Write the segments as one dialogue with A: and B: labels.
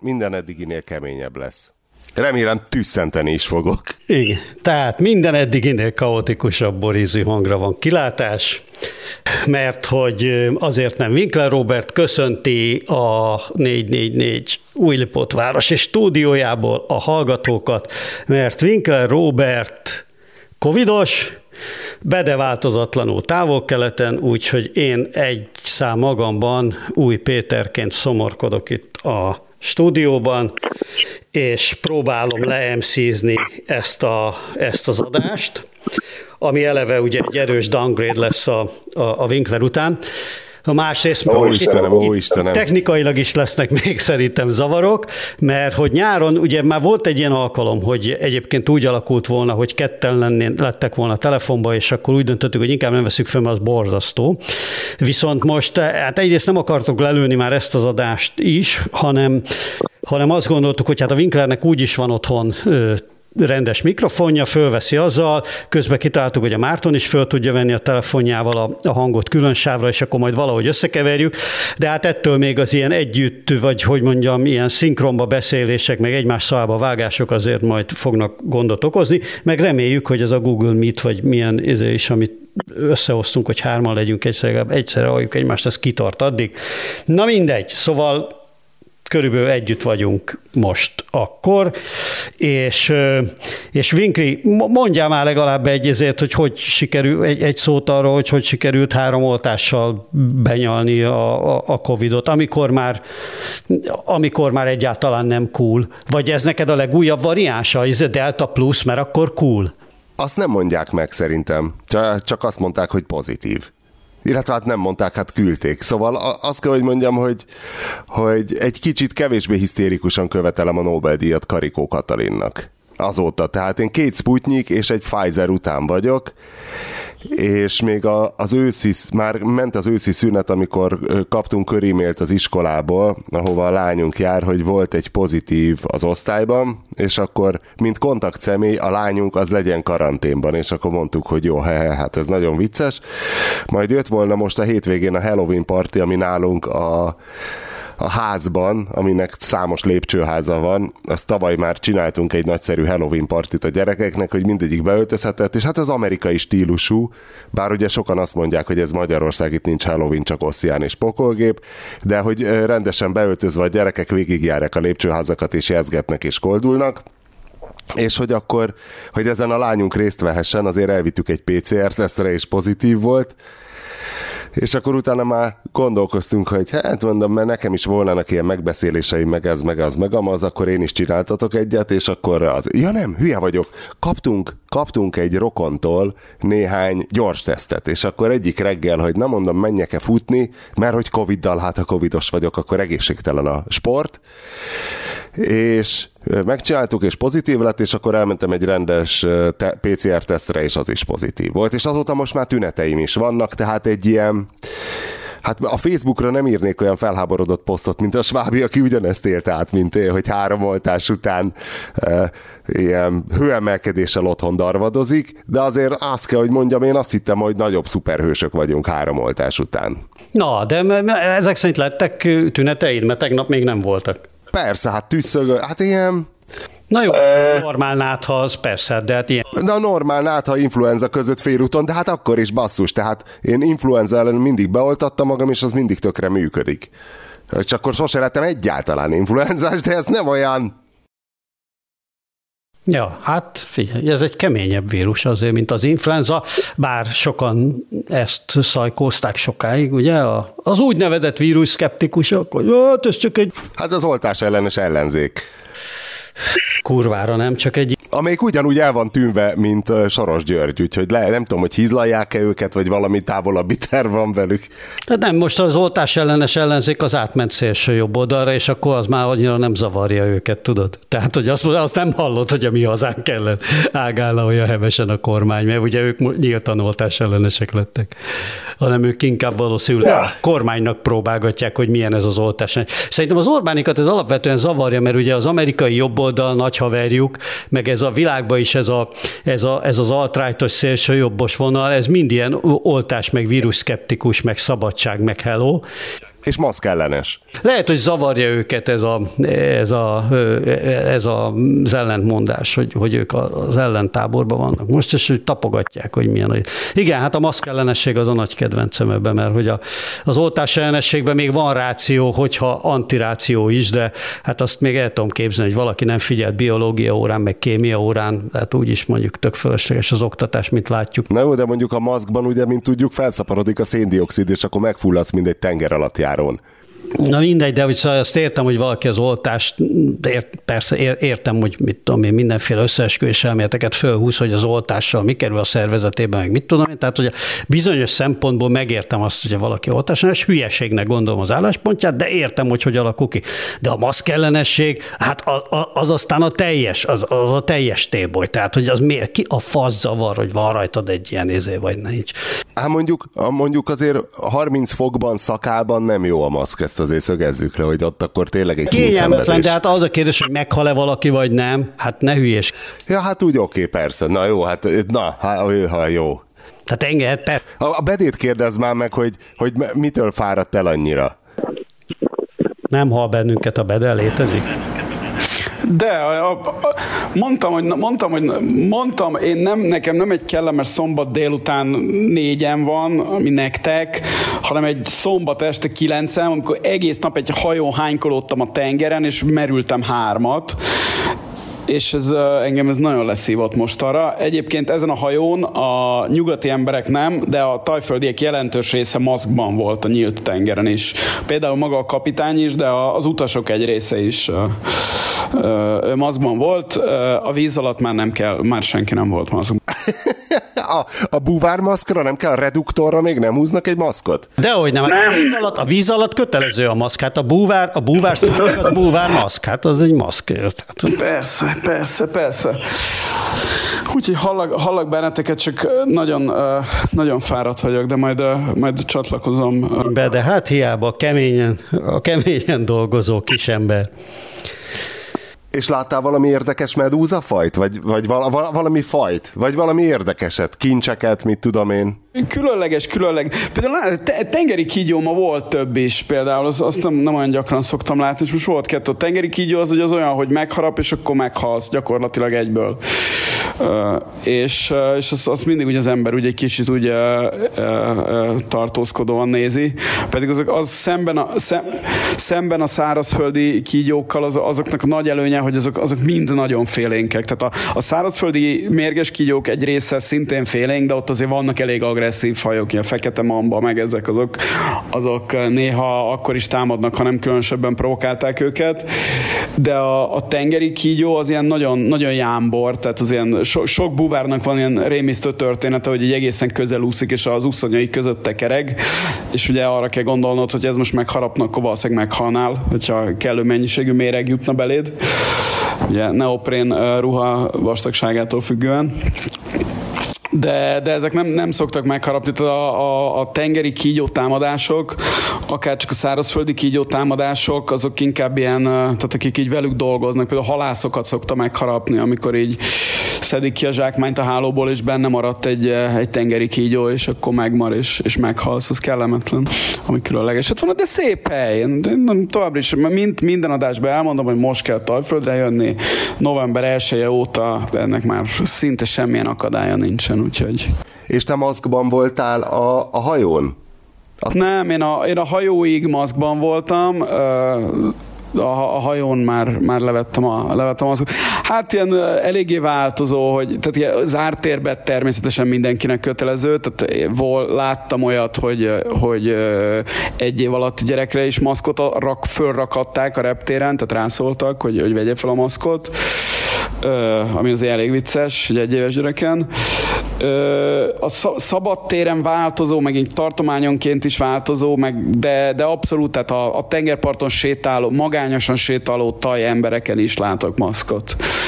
A: minden eddiginél keményebb lesz. Remélem tüsszenteni is fogok.
B: Igen, tehát minden eddiginél kaotikusabb borízű hangra van kilátás, mert hogy azért nem Winkler Róbert köszönti a 444 Újlipótvárosi stúdiójából a hallgatókat, mert Winkler Róbert covidos, de változatlanul Távol-Keleten, úgyhogy én egy szám magamban Új Péterként szomorkodok itt a stúdióban, és próbálom le-MC-zni ezt az adást, ami eleve ugye egy erős downgrade lesz a Winkler után. A másrészt
A: Istenem.
B: Technikailag is lesznek még szerintem zavarok, mert hogy nyáron ugye már volt egy ilyen alkalom, hogy egyébként úgy alakult volna, hogy ketten lettek volna telefonba, és akkor úgy döntöttük, hogy inkább nem veszük fel, mert az borzasztó. Viszont most hát egyrészt nem akartok lelőni már ezt az adást is, hanem azt gondoltuk, hogy hát a Winklernek úgy is van otthon rendes mikrofonja, fölveszi azzal, közben kitaláltuk, hogy a Márton is föl tudja venni a telefonjával a hangot külön sávra, és akkor majd valahogy összekeverjük, de hát ettől még az ilyen együtt, vagy hogy mondjam, ilyen szinkronba beszélések, meg egymás szavába vágások azért majd fognak gondot okozni, meg reméljük, hogy ez a Google Meet, vagy milyen is, amit összehoztunk, hogy hárman legyünk egyszerre halljuk egymást, ez kitart addig. Na mindegy, szóval körülbelül együtt vagyunk most akkor, és Winkli, mondjál már legalább hogy sikerül, egy szót arról, hogy sikerült 3 oltással benyalni a Covidot, amikor már egyáltalán nem cool. Vagy ez neked a legújabb variánsa, ez a Delta Plus, mert akkor cool?
A: Azt nem mondják meg szerintem, csak azt mondták, hogy pozitív. Illetve hát nem mondták, hát küldték. Szóval azt kell, hogy mondjam, hogy egy kicsit kevésbé hisztérikusan követelem a Nobel-díjat Karikó Katalinnak. Azóta. Tehát én 2 Sputnik és egy Pfizer után vagyok, és még már ment az őszi szünet, amikor kaptunk körímélt az iskolából, ahova a lányunk jár, hogy volt egy pozitív az osztályban, és akkor, mint kontaktszemély, a lányunk az legyen karanténban, és akkor mondtuk, hogy jó, hát ez nagyon vicces. Majd jött volna most a hétvégén a Halloween party, ami nálunk a házban, aminek számos lépcsőháza van, azt tavaly már csináltunk egy nagyszerű Halloween partit a gyerekeknek, hogy mindegyik beöltözhetett, és hát az amerikai stílusú, bár ugye sokan azt mondják, hogy ez Magyarország, itt nincs Halloween, csak oszcián és pokolgép, de hogy rendesen beöltözve a gyerekek végigjárják a lépcsőházakat, és jezgetnek és koldulnak, és hogy akkor, hogy ezen a lányunk részt vehessen, azért elvittük egy PCR-tesztre, és pozitív volt, és akkor utána már gondolkoztunk, hogy hát mondom, mert nekem is volnának ilyen megbeszéléseim, meg ez, meg az, meg amaz, akkor én is csináltatok egyet, és akkor nem, hülye vagyok, kaptunk egy rokontól néhány gyors tesztet, és akkor egyik reggel, hogy nem mondom, menjek-e futni, mert hogy Coviddal, hát ha covidos vagyok, akkor egészségtelen a sport, és megcsináltuk, és pozitív lett, és akkor elmentem egy rendes PCR-tesztre, és az is pozitív volt. És azóta most már tüneteim is vannak, tehát egy ilyen, hát a Facebookra nem írnék olyan felháborodott posztot, mint a Svábi, aki ugyanezt élt át, mint én, hogy 3 oltás után ilyen hőemelkedéssel otthon darvadozik, de azért azt kell, hogy mondjam, én azt hittem, hogy nagyobb szuperhősök vagyunk 3 oltás után.
B: Na, de ezek szerint lettek tüneteid, mert tegnap még nem voltak.
A: Persze, hát tüsszögő, hát ilyen...
B: Na jó, normál nátha az persze, de hát ilyen...
A: De a normál nátha influenza között félúton, de hát akkor is basszus, tehát én influenza ellen mindig beoltattam magam, és az mindig tökre működik. És akkor sose lettem egyáltalán influenzás, de ez nem olyan...
B: Ja, hát figyelj, ez egy keményebb vírus azért, mint az influenza, bár sokan ezt szajkózták sokáig, ugye? Az úgynevezett vírus szkeptikusok, hogy hát ez csak egy...
A: Hát az oltás ellenes ellenzék.
B: Kurvára nem, csak egy...
A: Amelyik ugyanúgy el van tűnve, mint Soros György, úgyhogy nem tudom, hogy hízlalják-e őket, vagy valami távolabbi terv van velük.
B: Tehát nem, most az oltás ellenes ellenzék az átment szélső jobb oldalra, és akkor az már annyira nem zavarja őket, tudod? Tehát, hogy azt nem hallod, hogy a mi hazánk ellen ágálna olyan hevesen a kormány, mert ugye ők nyíltan oltás ellenesek lettek, hanem ők inkább valószínűleg a kormánynak próbálgatják, hogy milyen ez az oltás. Szerintem az Orbánikat ez alapvetően zavarja, mert ugye az amerikai jobb oldal nagy haverjuk, meg ez a világban is ez az alt-rightos szélsőjobbos vonal, ez mind ilyen oltás, meg vírusszkeptikus, meg szabadság, meg hello.
A: És maszk ellenes.
B: Lehet, hogy zavarja őket ez az ellentmondás, hogy ők az ellentáborban vannak most, és hogy tapogatják, hogy milyen. Igen, hát a maszk ellenesség az a nagy kedvencem ebben, mert hogy az oltás ellenességben még van ráció, hogyha antiráció is, de hát azt még el tudom képzelni, hogy valaki nem figyelt biológia órán, meg kémia órán, tehát úgyis mondjuk tök fölösleges az oktatás, mint látjuk.
A: Na jó, de mondjuk a maszkban ugye, mint tudjuk, felszaporodik a széndioxid, és akkor megfulladsz, mint egy tenger alatt járón.
B: Na mindegy, de azt értem, hogy valaki az oltást, persze értem, hogy mit tudom én, mindenféle összeesküvés elméleteket fölhúz, hogy az oltással mi kerül a szervezetében, meg mit tudom én, tehát hogy a bizonyos szempontból megértem azt, hogy valaki oltásnál, és hülyeségnek gondolom az álláspontját, de értem, hogy alakul ki. De a maszk ellenesség, hát az aztán a teljes téboly, tehát hogy az miért, ki a fasz zavar, hogy van rajtad egy ilyen vagy nincs.
A: Hát mondjuk azért 30 fokban, szakában nem jó a maszk, ezt azért szögezzük le, hogy ott akkor tényleg egy
B: kényelmetlen, de hát az a kérdés, hogy meghal-e valaki, vagy nem, hát ne hülyés.
A: Ja, hát úgy oké, persze. Na jó, jó.
B: Tehát enged,
A: A Bedét kérdezz már meg, hogy mitől fáradt el annyira?
B: Nem hal bennünket a Bede, létezik?
C: De mondtam, nekem nem egy kellemes szombat délután 4-en van, ami nektek, hanem egy szombat este 9-en, amikor egész nap egy hajón hánykolódtam a tengeren, és merültem 3-at. És engem ez nagyon leszívott mostanra. Egyébként ezen a hajón a nyugati emberek nem, de a tajföldiek jelentős része maszkban volt a nyílt tengeren is. Például maga a kapitány is, de az utasok egy része is maszkban volt. A víz alatt már senki nem volt maszkban.
A: A búvármaszkra nem kell, a reduktorra még nem húznak egy maszkot?
B: Dehogy nem. A víz alatt kötelező a maszk. Hát a búvár szintén az búvármaszk. Hát az egy maszk.
C: Persze. Úgyhogy hallak benneteket, csak nagyon, nagyon fáradt vagyok, de majd csatlakozom.
B: De hát hiába a keményen dolgozó kisember.
A: És láttál valami érdekes medúzafajt? Vagy valami fajt? Vagy valami érdekeset? Kincseket, mit tudom én?
C: Különleges. Például tengeri kígyó ma volt több is például, azt nem olyan gyakran szoktam látni, és most volt 2. A tengeri kígyó az olyan, hogy megharap, és akkor meghalsz gyakorlatilag egyből. És azt mindig ugye az ember ugye egy kicsit úgy tartózkodóan nézi, pedig az szemben a szárazföldi kígyókkal azoknak a nagy előnye, hogy azok mind nagyon félénkek. Tehát a szárazföldi mérges kígyók egy része szintén félénk, de ott azért vannak elég agresszív fajok, a fekete mamba, meg ezek azok néha akkor is támadnak, ha nem különösebben provokálták őket. De a tengeri kígyó az ilyen nagyon, nagyon jámbor, tehát az ilyen sok búvárnak van ilyen rémisztő története, hogy egy egészen közel úszik, és az úszonyai között tekereg, és ugye arra kell gondolnod, hogy ez most megharapnak, akkor valószínűleg meghalnál, hogyha kellő mennyiségű méreg jutna beléd. Ugye neoprén ruha vastagságától függően. De ezek nem szoktak megharapni. Tehát a tengeri kígyó támadások, akár csak a szárazföldi kígyó támadások, azok inkább ilyen, tehát akik így velük dolgoznak, például a halászokat szokta megharapni, amikor így szedik ki a zsákmányt a hálóból, és benne maradt egy tengeri kígyó, és akkor megmar, és meghalsz. Az kellemetlen, ami különleges. Hát van, de szép hely. Továbbra is, minden adásban elmondom, hogy most kell Tajföldre jönni. November 1-e óta ennek már szinte semmilyen akadálya nincsen, úgyhogy...
A: És te maszkban voltál a hajón?
C: Nem, én a hajóig maszkban voltam, a hajón már levettem a maszkot. Hát ilyen eléggé változó, hogy tehát ilyen zárt térben természetesen mindenkinek kötelező, tehát láttam olyat, hogy 1 év alatt gyerekre is maszkot fölrakadták a reptéren, tehát rászóltak, hogy vegye fel a maszkot, ami azért elég vicces, egy 1 éves gyereken. A szabad téren változó, meg így tartományonként is változó, de abszolút, tehát a tengerparton magányosan sétáló taj embereken is látok maszkot. Ezt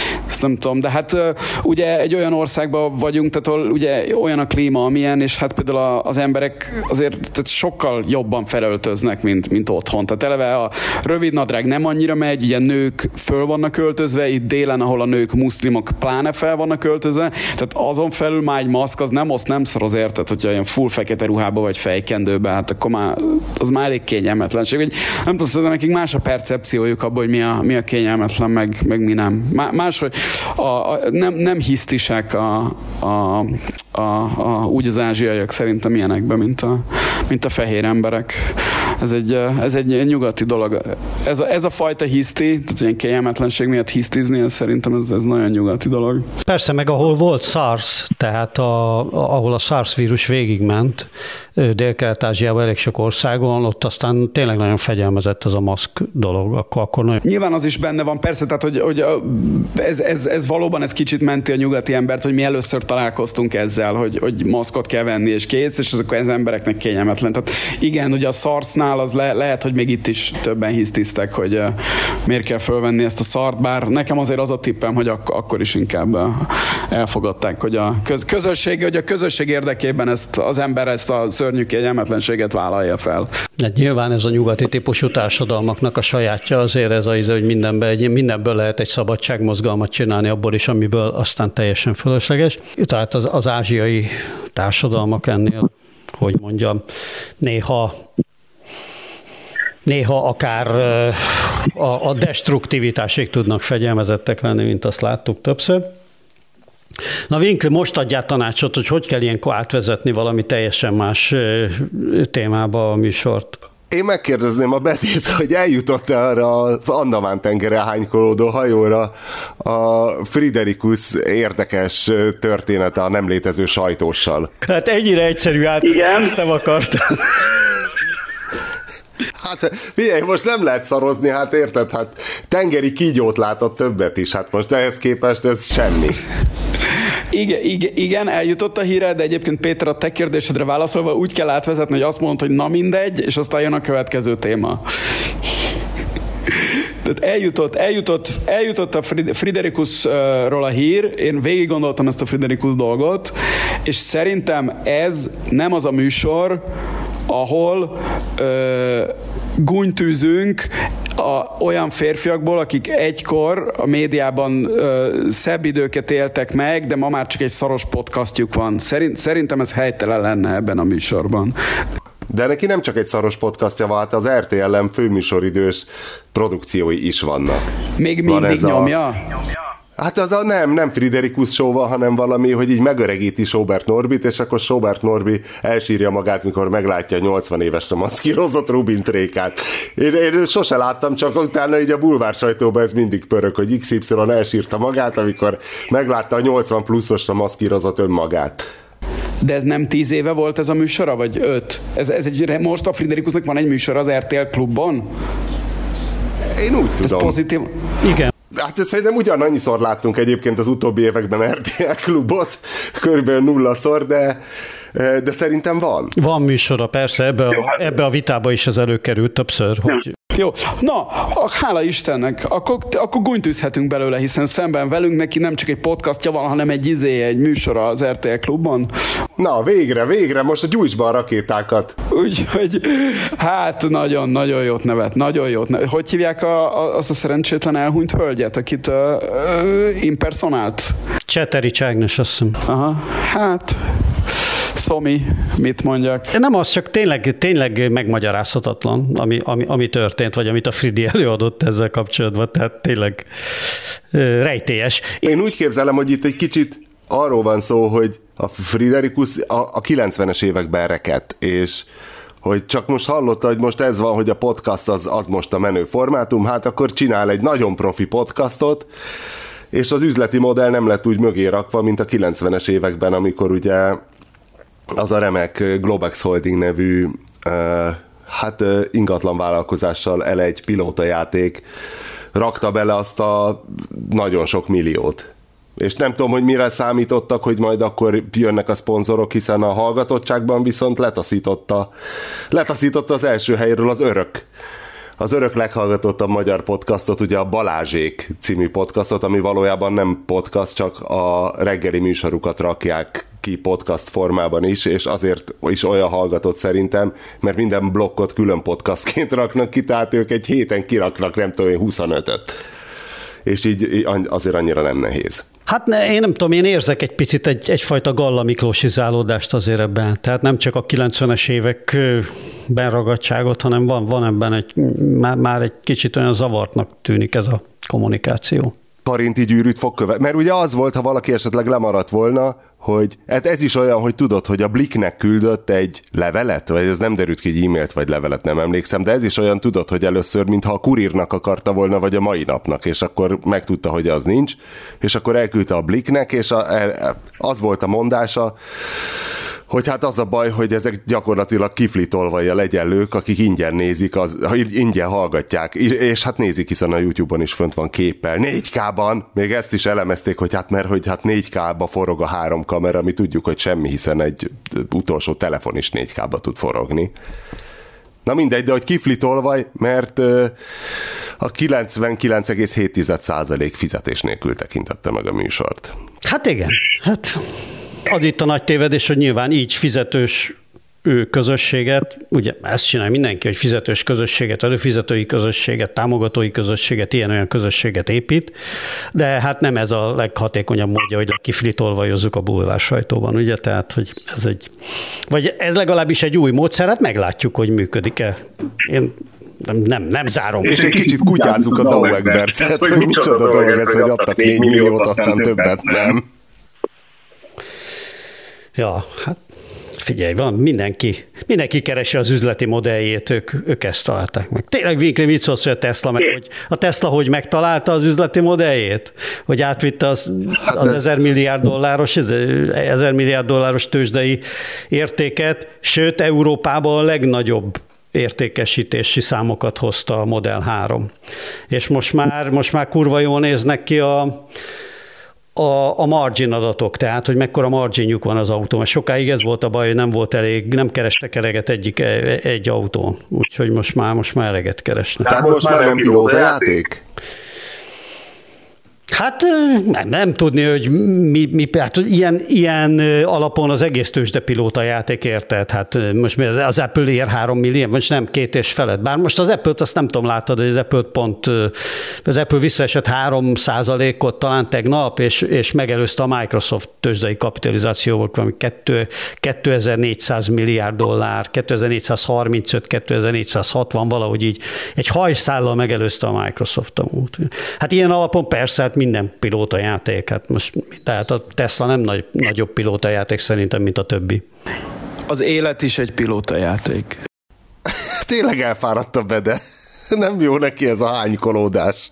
C: nem tudom, de hát ugye egy olyan országban vagyunk, tehát ahol ugye olyan a klíma, amilyen, és hát például az emberek azért tehát sokkal jobban felöltöznek, mint otthon. Tehát eleve a rövid nadrág nem annyira megy, ugye nők föl vannak öltözve, itt délen, ahol a nők muszlimok pláne fel vannak öltözve, tehát azon felül már egy maszk, az nem szor az érted, hogyha ilyen full fekete ruhába vagy fejkendőbe, hát akkor már az már elég kényelmetlenség. Nem tudom, szerintem nekik más a percepciójuk abban, hogy mi a kényelmetlen, meg mi nem. Máshogy nem hisztisek úgy az ázsiaiak szerintem ilyenekben, mint a fehér emberek. Ez egy nyugati dolog. Ez a fajta hiszti, tehát ilyen kényelmetlenség miatt hisztizni, ez szerintem ez nagyon nyugati dolog.
B: Persze, meg ahol volt SARS, tehát ahol a SARS vírus végigment, Dél-Kelet-Ázsiában elég sok országon, ott aztán tényleg nagyon fegyelmezett ez a maszk dolog. Akkor nagyon...
C: Nyilván az is benne van, persze, tehát hogy ez valóban ez kicsit menti a nyugati embert, hogy mi először találkoztunk ezzel, hogy maszkot kell venni és kész, és akkor ez embereknek kényelmetlen. Tehát igen, ugye a SARS-nál az lehet, hogy még itt is többen hisztiztek, hogy miért kell fölvenni ezt a szart, bár nekem azért az a tippem, hogy akkor is inkább elfogadták, hogy a közösség érdekében az ember ezt a szörnyű kényelmetlenséget vállalja fel.
B: Hát nyilván ez a nyugati típusú társadalmaknak a sajátja azért ez hogy mindenből lehet egy szabadságmozgalmat csinálni, abból is, amiből aztán teljesen fölösleges. Tehát az ázsiai társadalmak ennél, hogy mondjam, néha akár a destruktivitásig tudnak fegyelmezettek lenni, mint azt láttuk többször. Na Winkler, most adjál tanácsot, hogy kell ilyenkor átvezetni valami teljesen más témába a műsort.
A: Én megkérdezném a Betét, hogy eljutott-e arra az Andamán-tengeren hánykolódó hajóra a Friderikus érdekes története a nem létező sajtóssal.
B: Hát ennyire egyszerű átvezetést nem akartam.
A: Hát figyelj, most nem lehet szarozni, hát érted, hát tengeri kígyót látott többet is, hát most ehhez képest ez semmi.
C: Igen, eljutott a híre, de egyébként Péter, a te kérdésedre válaszolva úgy kell átvezetni, hogy azt mondod, hogy na mindegy, és aztán jön a következő téma. Tehát eljutott a Friderikusról a hír, én végig gondoltam ezt a Friderikus dolgot, és szerintem ez nem az a műsor, ahol gúnytűzünk olyan férfiakból, akik egykor a médiában szebb időket éltek meg, de ma már csak egy szaros podcastjuk van. Szerintem ez helytelen lenne ebben a műsorban.
A: De neki nem csak egy szaros podcastja van, hát az RTL-en főműsoridős produkciói is vannak.
C: Még mindig nyomja?
A: Hát az nem Friderikus show van, hanem valami, hogy így megöregíti Sobert Norbit, és akkor Sobert Norbi elsírja magát, mikor meglátja a 80 évesre maszkírozott Rubin Trékát. Én sose láttam, csak utána így a bulvár sajtóban ez mindig pörög, hogy XY elsírta magát, amikor meglátta a 80 pluszosra maszkírozott önmagát.
C: De ez nem 10 éve volt ez a műsora, vagy 5? Most a Friderikusnak van egy műsor az RTL Klubban?
A: Én úgy tudom.
C: Ez pozitív?
B: Igen.
A: Hát szerintem ugyanannyiszor láttunk egyébként az utóbbi években RTL Klubot, körülbelül 0-szor, de szerintem van.
B: Van műsora, persze, ebbe a vitába is ez előkerült többször, hogy...
C: Jó, na, hála Istennek, akkor gúnytűzhetünk belőle, hiszen szemben velünk neki nem csak egy podcastja van, hanem egy műsora az RTL Klubban.
A: Na, végre, most gyújtsd be a rakétákat.
C: Úgyhogy, hát nagyon jót nevet. Hogy hívják azt a szerencsétlen elhunyt hölgyet, akit impersonált?
B: Cseterics Ágnes, azt hiszem.
C: Aha, hát... Szomi, mit mondjak?
B: Nem, az csak tényleg megmagyarázhatatlan, ami történt, vagy amit a Fridi előadott ezzel kapcsolatban, tehát tényleg rejtélyes.
A: Én úgy képzelem, hogy itt egy kicsit arról van szó, hogy a Friderikus a 90-es években rekedt, és hogy csak most hallotta, hogy most ez van, hogy a podcast az most a menő formátum, hát akkor csinál egy nagyon profi podcastot, és az üzleti modell nem lett úgy mögé rakva, mint a 90-es években, amikor ugye az a remek Globex Holding nevű ingatlan vállalkozással egy pilótajáték rakta bele azt a nagyon sok milliót. És nem tudom, hogy mire számítottak, hogy majd akkor jönnek a szponzorok, hiszen a hallgatottságban viszont letaszította az első helyről az Örök az örök leghallgatottabb magyar podcastot, ugye a Balázsék című podcastot, ami valójában nem podcast, csak a reggeli műsorukat rakják ki podcast formában is, és azért is olyan hallgatott szerintem, mert minden blokkot külön podcastként raknak ki, tehát ők egy héten kiraknak, nem tudom, 25-öt. És így azért annyira nem nehéz.
B: Hát én nem tudom, én érzek egy picit egyfajta Galla Miklósizálódást azért ebben. Tehát nem csak a 90-es években ragadtságot, hanem van ebben már egy kicsit olyan zavartnak tűnik ez a kommunikáció.
A: Karinti gyűrűt fog követni. Mert ugye az volt, ha valaki esetleg lemaradt volna, hogy hát ez is olyan, hogy tudod, hogy a Blicknek küldött egy levelet, vagy ez nem derült ki, egy e-mailt vagy levelet, nem emlékszem, de ez is olyan, tudod, hogy először, mintha a Kurírnak akarta volna, vagy a Mai Napnak, és akkor megtudta, hogy az nincs, és akkor elküldte a Blicknek, és az volt a mondása, hogy hát az a baj, hogy ezek gyakorlatilag kiflitolvajjal egyenlők, akik ingyen nézik, ingyen hallgatják, és hát nézik, hiszen a YouTube-on is fönt van képpel, 4K-ban, még ezt is elemezték, hogy hát mert hogy hát 4K-ba forog a 3 kamera, mi tudjuk, hogy semmi, hiszen egy utolsó telefon is 4K-ba tud forogni. Na mindegy, de hogy kiflitolvaj, mert a 99,7% fizetés nélkül tekintette meg a műsort.
B: Hát igen, hát az itt a nagy tévedés, hogy nyilván így fizetős közösséget, ugye ezt csinál mindenki, hogy fizetős közösséget, előfizetői közösséget, támogatói közösséget, ilyen-olyan közösséget épít, de hát nem ez a leghatékonyabb módja, hogy kiflitolvajozzuk a bulvár sajtóban, ugye? Tehát, hogy vagy ez legalábbis egy új módszer, hát meglátjuk, hogy működik-e. Én nem zárom.
A: És egy kicsit kutyázzuk a DAO Egbertet, hogy micsoda dolog ez, hogy adtak 4 milliót, aztán többet nem.
B: Ja, hát figyelj, van mindenki keresi az üzleti modelljét, ők ezt találták meg. Tényleg viccelsz, hogy a Tesla hogy megtalálta az üzleti modelljét? Hogy átvitte az $1000 milliárd dolláros tőzsdei értéket, sőt Európában a legnagyobb értékesítési számokat hozta a Model 3. És most már kurva jól néznek ki a margin adatok, tehát, hogy mekkora marginjuk van az autó. Mert sokáig ez volt a baj, hogy nem kerestek eleget egy autón. Úgyhogy most már eleget keresnek.
A: Tehát most már nem pilótajáték?
B: Hát nem tudni, hogy mi hát ilyen alapon az egész tőzsdepilóta játék, érted? Hát most az Apple ér 3 millió, most nem 2,5. Bár most az Apple-t azt nem tudom, láttad, hogy az Apple visszaesett 3%-ot talán tegnap, és megelőzte a Microsoft tőzsdei kapitalizációval, valami 2400 milliárd dollár, 2435, 2460, valahogy így egy hajszállal megelőzte a Microsoft amúgy. Hát ilyen alapon persze, hát minden pilótajáték. Hát most, tehát a Tesla nem nagyobb pilótajáték szerintem, mint a többi.
C: Az élet is egy pilótajáték.
A: Tényleg elfáradt a Bede. Nem jó neki ez a hánykolódás.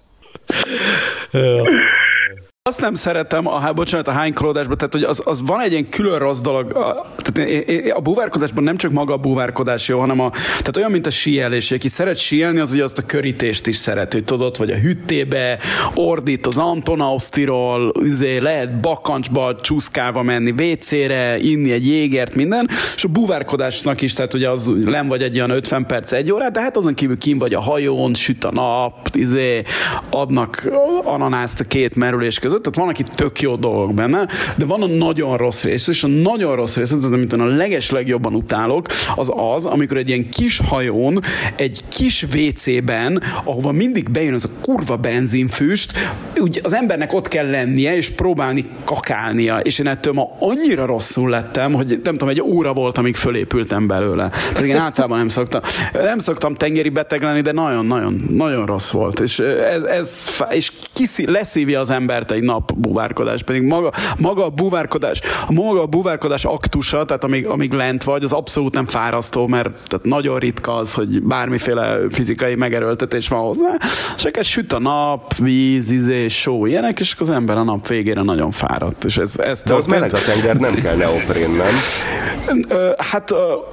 C: Azt nem szeretem, bocsánat, a hánykolódásban, tehát hogy az van egy ilyen külön rossz dolog. Tehát a búvárkodásban nem csak maga a búvárkodás jó, hanem tehát olyan, mint a síelés. Aki szeret síelni, az ugye azt a körítést is szeret, hogy tudod, vagy a hüttébe ordít az Antonausztiról, lehet bakancsba csúszkálva menni WC-re, inni egy jégert, minden, és a búvárkodásnak is, tehát ugye az len vagy egy olyan 50 perc, 1 órát, de hát azon kívül kín vagy a hajón, süt a nap, adnak ananászt a 2 merülés között, tehát van, aki tök jó dolgok benne, de van a nagyon rossz rész, és a nagyon rossz rész, amit a legeslegjobban utálok, az, amikor egy ilyen kis hajón, egy kis WC-ben, ahova mindig bejön az a kurva benzinfüst, úgy az embernek ott kell lennie, és próbálni kakálnia, és én ettől ma annyira rosszul lettem, hogy nem tudom, egy óra volt, amíg fölépültem belőle. Pedig én általában nem szoktam tengeri beteg lenni, de nagyon rossz volt, és ez leszívja az embert egy nap búvárkodás, pedig maga a búvárkodás aktusa, tehát amíg lent vagy, az abszolút nem fárasztó, mert tehát nagyon ritka az, hogy bármiféle fizikai megerőltetés van hozzá, és akkor süt a nap, víz, só, ilyenek, és az ember a nap végére nagyon fáradt. És ez
A: de ott meleg a tenger, nem kell neoprén, nem?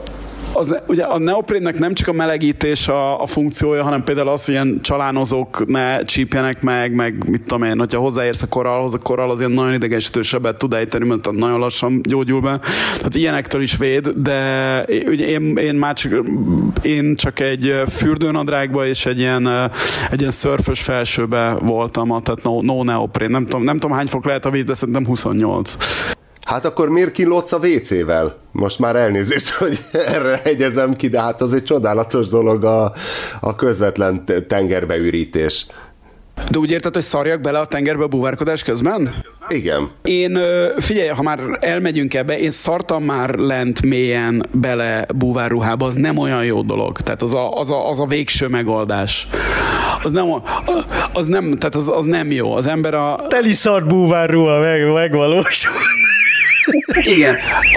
C: ugye a neoprénnek nem csak a melegítés a funkciója, hanem például az, hogy ilyen csalánozók ne csípjenek meg mit tudom én, hogyha hozzáérsz a korallhoz, az ilyen nagyon idegesítő sebet tud ejteni, mert nagyon lassan gyógyul be. Tehát ilyenektől is véd, de ugye én csak egy fürdőnadrágba és egy ilyen szörfös felsőbe voltam, tehát no neoprén. Nem tudom hány fok lehet a víz, de szerintem 28.
A: Hát akkor miért kínlódsz a WC-vel? Most már elnézést, hogy erre hegyezem ki, de hát az egy csodálatos dolog a közvetlen tengerbeürítés.
C: De úgy érted, hogy szarjak bele a tengerbe a búvárkodás közben?
A: Igen.
C: Én, figyelj, ha már elmegyünk ebbe, én szartam már lent mélyen bele búvárruhába, az nem olyan jó dolog. Tehát az a végső megoldás. Az nem jó. Az ember a...
B: Teli szart búvárruha megvalósul.
C: Igen.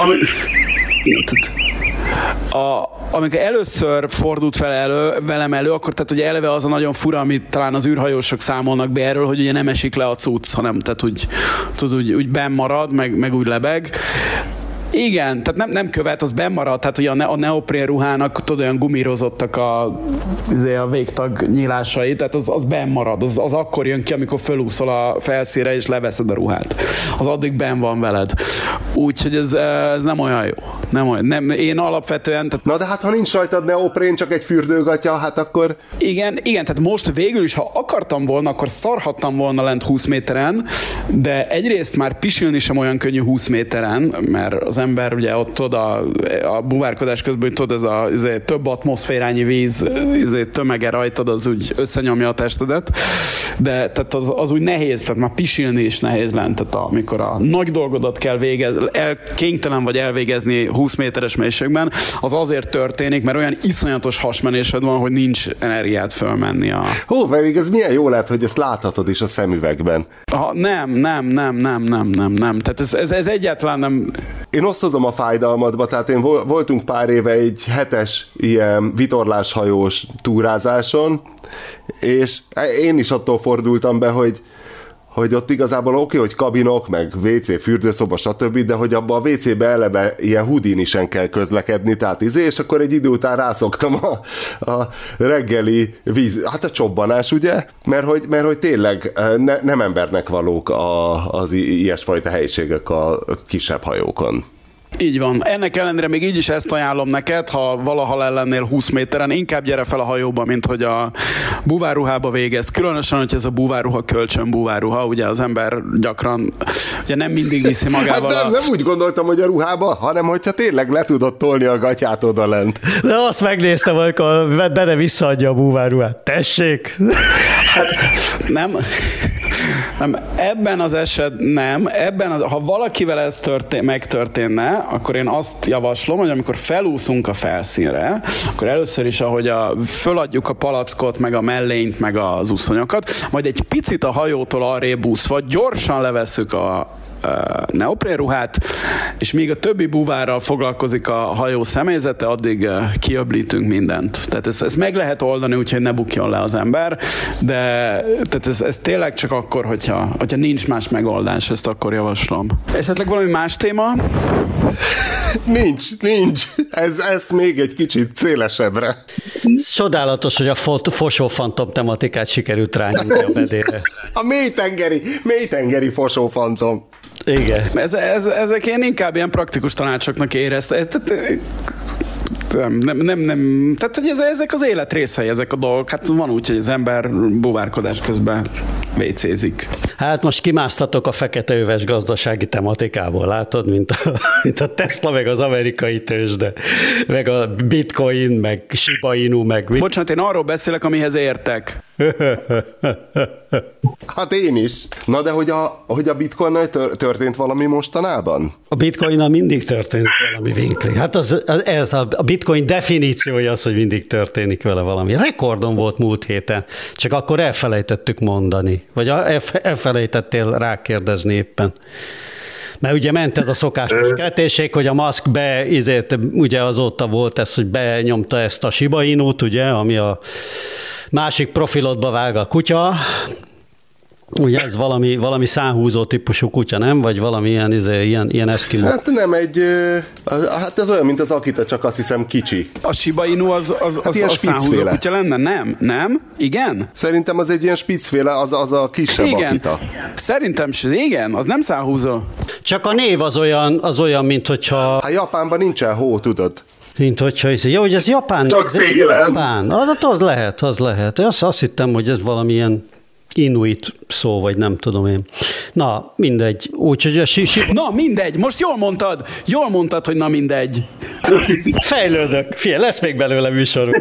C: Amikor először fordult fel velem elő, akkor tehát ugye eleve az a nagyon fura, amit talán az űrhajósok számolnak be erről, hogy ugye nem esik le a cucc, hanem tehát úgy benn marad, meg úgy lebeg. Igen, tehát nem követ, az benn marad, tehát ugye a neoprén ruhának olyan gumírozottak a végtag nyílásai, tehát az benn marad, az akkor jön ki, amikor fölúszol a felszínre és leveszed a ruhát. Az addig benn van veled. Úgyhogy ez nem olyan jó. Nem, én alapvetően...
A: Na de hát ha nincs rajtad neoprén, csak egy fürdőgatya, hát akkor...
C: Igen, tehát most végül is, ha akartam volna, akkor szarhattam volna lent 20 méteren, de egyrészt már pisilni sem olyan könnyű 20 méteren, mert az ember ugye ott a búvárkodás közben, tudod, ez a több atmoszférányi víz tömege rajtad, az úgy összenyomja a testedet, de tehát az úgy nehéz, tehát már pisilni is nehéz lent, tehát amikor a nagy dolgodat kell kénytelen vagy elvégezni 20 méteres mélységben, az azért történik, mert olyan iszonyatos hasmenésed van, hogy nincs energiát fölmenni
A: pedig ez milyen jó lehet, hogy ezt láthatod is a szemüvegben.
C: Nem. Tehát ez egyáltalán nem...
A: Én osztozom a fájdalmadba, tehát én voltunk pár éve egy 7-es ilyen vitorláshajós túrázáson, és én is attól fordultam be, hogy ott igazából oké, hogy kabinok, meg WC, fürdőszoba, stb., de hogy abba a WC-be eleve ilyen houdinisen kell közlekedni, tehát és akkor egy idő után rászoktam a reggeli víz, hát a csobbanás, ugye? Mert hogy tényleg nem embernek valók az ilyesfajta helyiségek a kisebb hajókon.
C: Így van. Ennek ellenére még így is ezt ajánlom neked, ha valaha lennél 20 méteren, inkább gyere fel a hajóba, mint hogy a búvárruhába végez. Különösen, hogy ez a búvárruha kölcsön búvárruha, ugye az ember gyakran, ugye nem mindig viszi magával.
A: Hát nem úgy gondoltam, hogy a ruhába, hanem hogyha tényleg le tudod tolni a gatyát oda lent.
B: De azt megnéztem, amikor bele visszaadja a búvárruhát. Tessék!
C: Hát nem... Nem, ebben az eset nem. Ha valakivel ez megtörténne, akkor én azt javaslom, hogy amikor felúszunk a felszínre, akkor először is, ahogy föladjuk a palackot, meg a mellényt, meg az uszonyokat, majd egy picit a hajótól arrébb úszva gyorsan levesszük a neoprénruhát, és míg a többi búvárral foglalkozik a hajó személyzete, addig kiöblítünk mindent. Tehát ezt meg lehet oldani, úgyhogy ne bukjon le az ember, de tehát ez tényleg csak akkor, hogyha nincs más megoldás, ezt akkor javaslom. Esetleg valami más téma?
A: Nincs. Ez még egy kicsit szélesebbre.
B: Csodálatos, hogy a fosófantom tematikát sikerült rányomni a bedére.
A: A mélytengeri fosófantom.
B: Igen.
C: Ezek én inkább ilyen praktikus tanácsoknak éreztem. Nem. Tehát, hogy ezek az élet részei, ezek a dolgok. Hát van úgy, hogy az ember búvárkodás közben vécézik.
B: Hát most kimásztatok a fekete öves gazdasági tematikából, látod, mint a Tesla, meg az amerikai tőzsde, meg a bitcoin, meg Shiba Inu, meg...
C: Bocsánat, én arról beszélek, amihez értek.
A: Hát én is. Na de hogy a bitcoinnal történt valami mostanában?
B: A bitcoinnal mindig történik valami vinkli. Hát a bitcoin definíciója az, hogy mindig történik vele valami. Rekordon volt múlt héten, csak akkor elfelejtettük mondani. Vagy elfelejtettél rákérdezni éppen. Mert ugye ment ez a szokásos kettőség, hogy a Musk ugye azóta volt ez, hogy benyomta ezt a Shiba Inut, ugye, ami a másik profilodba vág a kutya, Ugye ez valami szánhúzó típusú kutya, nem? Vagy valami ilyen eszkimó?
A: Hát nem hát ez olyan, mint az Akita, csak azt hiszem kicsi.
C: A Shiba Inu az szánhúzó kutya lenne? Nem? Igen?
A: Szerintem az egy ilyen spicféle, az a kisebb
C: igen.
A: Akita.
C: Szerintem igen, az nem szánhúzó.
B: Csak a név az olyan, mint hogyha...
A: Hát Japánban nincsen hó, tudod?
B: Mint hogyha... Jó, hogy ez Japán.
A: Csak
B: Japán. Az lehet. Azt hittem, hogy ez valamilyen inuit szó, vagy nem tudom én. Na, mindegy. Úgyhogy
C: Na, mindegy. Most jól mondtad, hogy na mindegy.
B: Fejlődök. Figyelj, lesz még belőle műsorunk.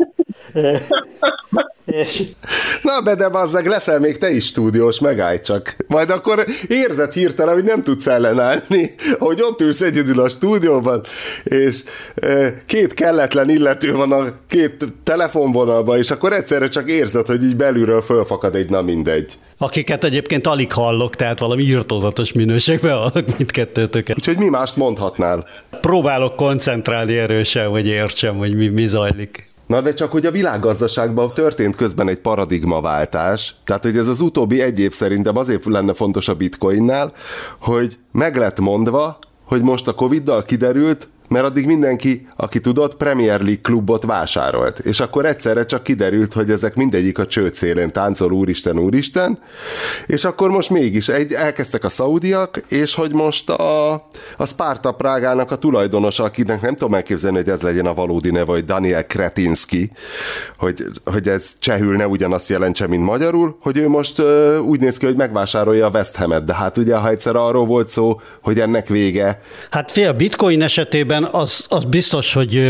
A: Na, de bazzeg, leszel még te is stúdiós, megállj csak. Majd akkor érzed hirtelen, hogy nem tudsz ellenállni, hogy ott ülsz egyedül a stúdióban, és két kelletlen illető van a két telefonvonalban, és akkor egyszerre csak érzed, hogy így belülről fölfakad egy na mindegy.
B: Akiket egyébként alig hallok, tehát valami irtózatos minőségben hallok mindkettőtöket.
A: Úgyhogy mi mást mondhatnál?
B: Próbálok koncentrálni erősen, hogy értsem, hogy mi zajlik.
A: Na de csak, hogy a világgazdaságban történt közben egy paradigmaváltás, tehát hogy ez az utóbbi egy év szerintem azért lenne fontos a bitcoinnál, hogy meg lett mondva, hogy most a Covid-dal kiderült, mert addig mindenki, aki tudott, Premier League klubot vásárolt. És akkor egyszerre csak kiderült, hogy ezek mindegyik a csőd szélén táncol, úristen, és akkor most mégis elkezdtek a szaudiak, és hogy most a Sparta Prágának a tulajdonosa, akinek nem tudom elképzelni, hogy ez legyen a valódi neve, vagy Daniel Kretinsky, hogy ez csehül ne ugyanazt jelentse, mint magyarul, hogy ő most úgy néz ki, hogy megvásárolja a West Hamet, de hát ugye, ha egyszer arról volt szó, hogy ennek vége.
B: Hát fél bitcoin esetében az biztos,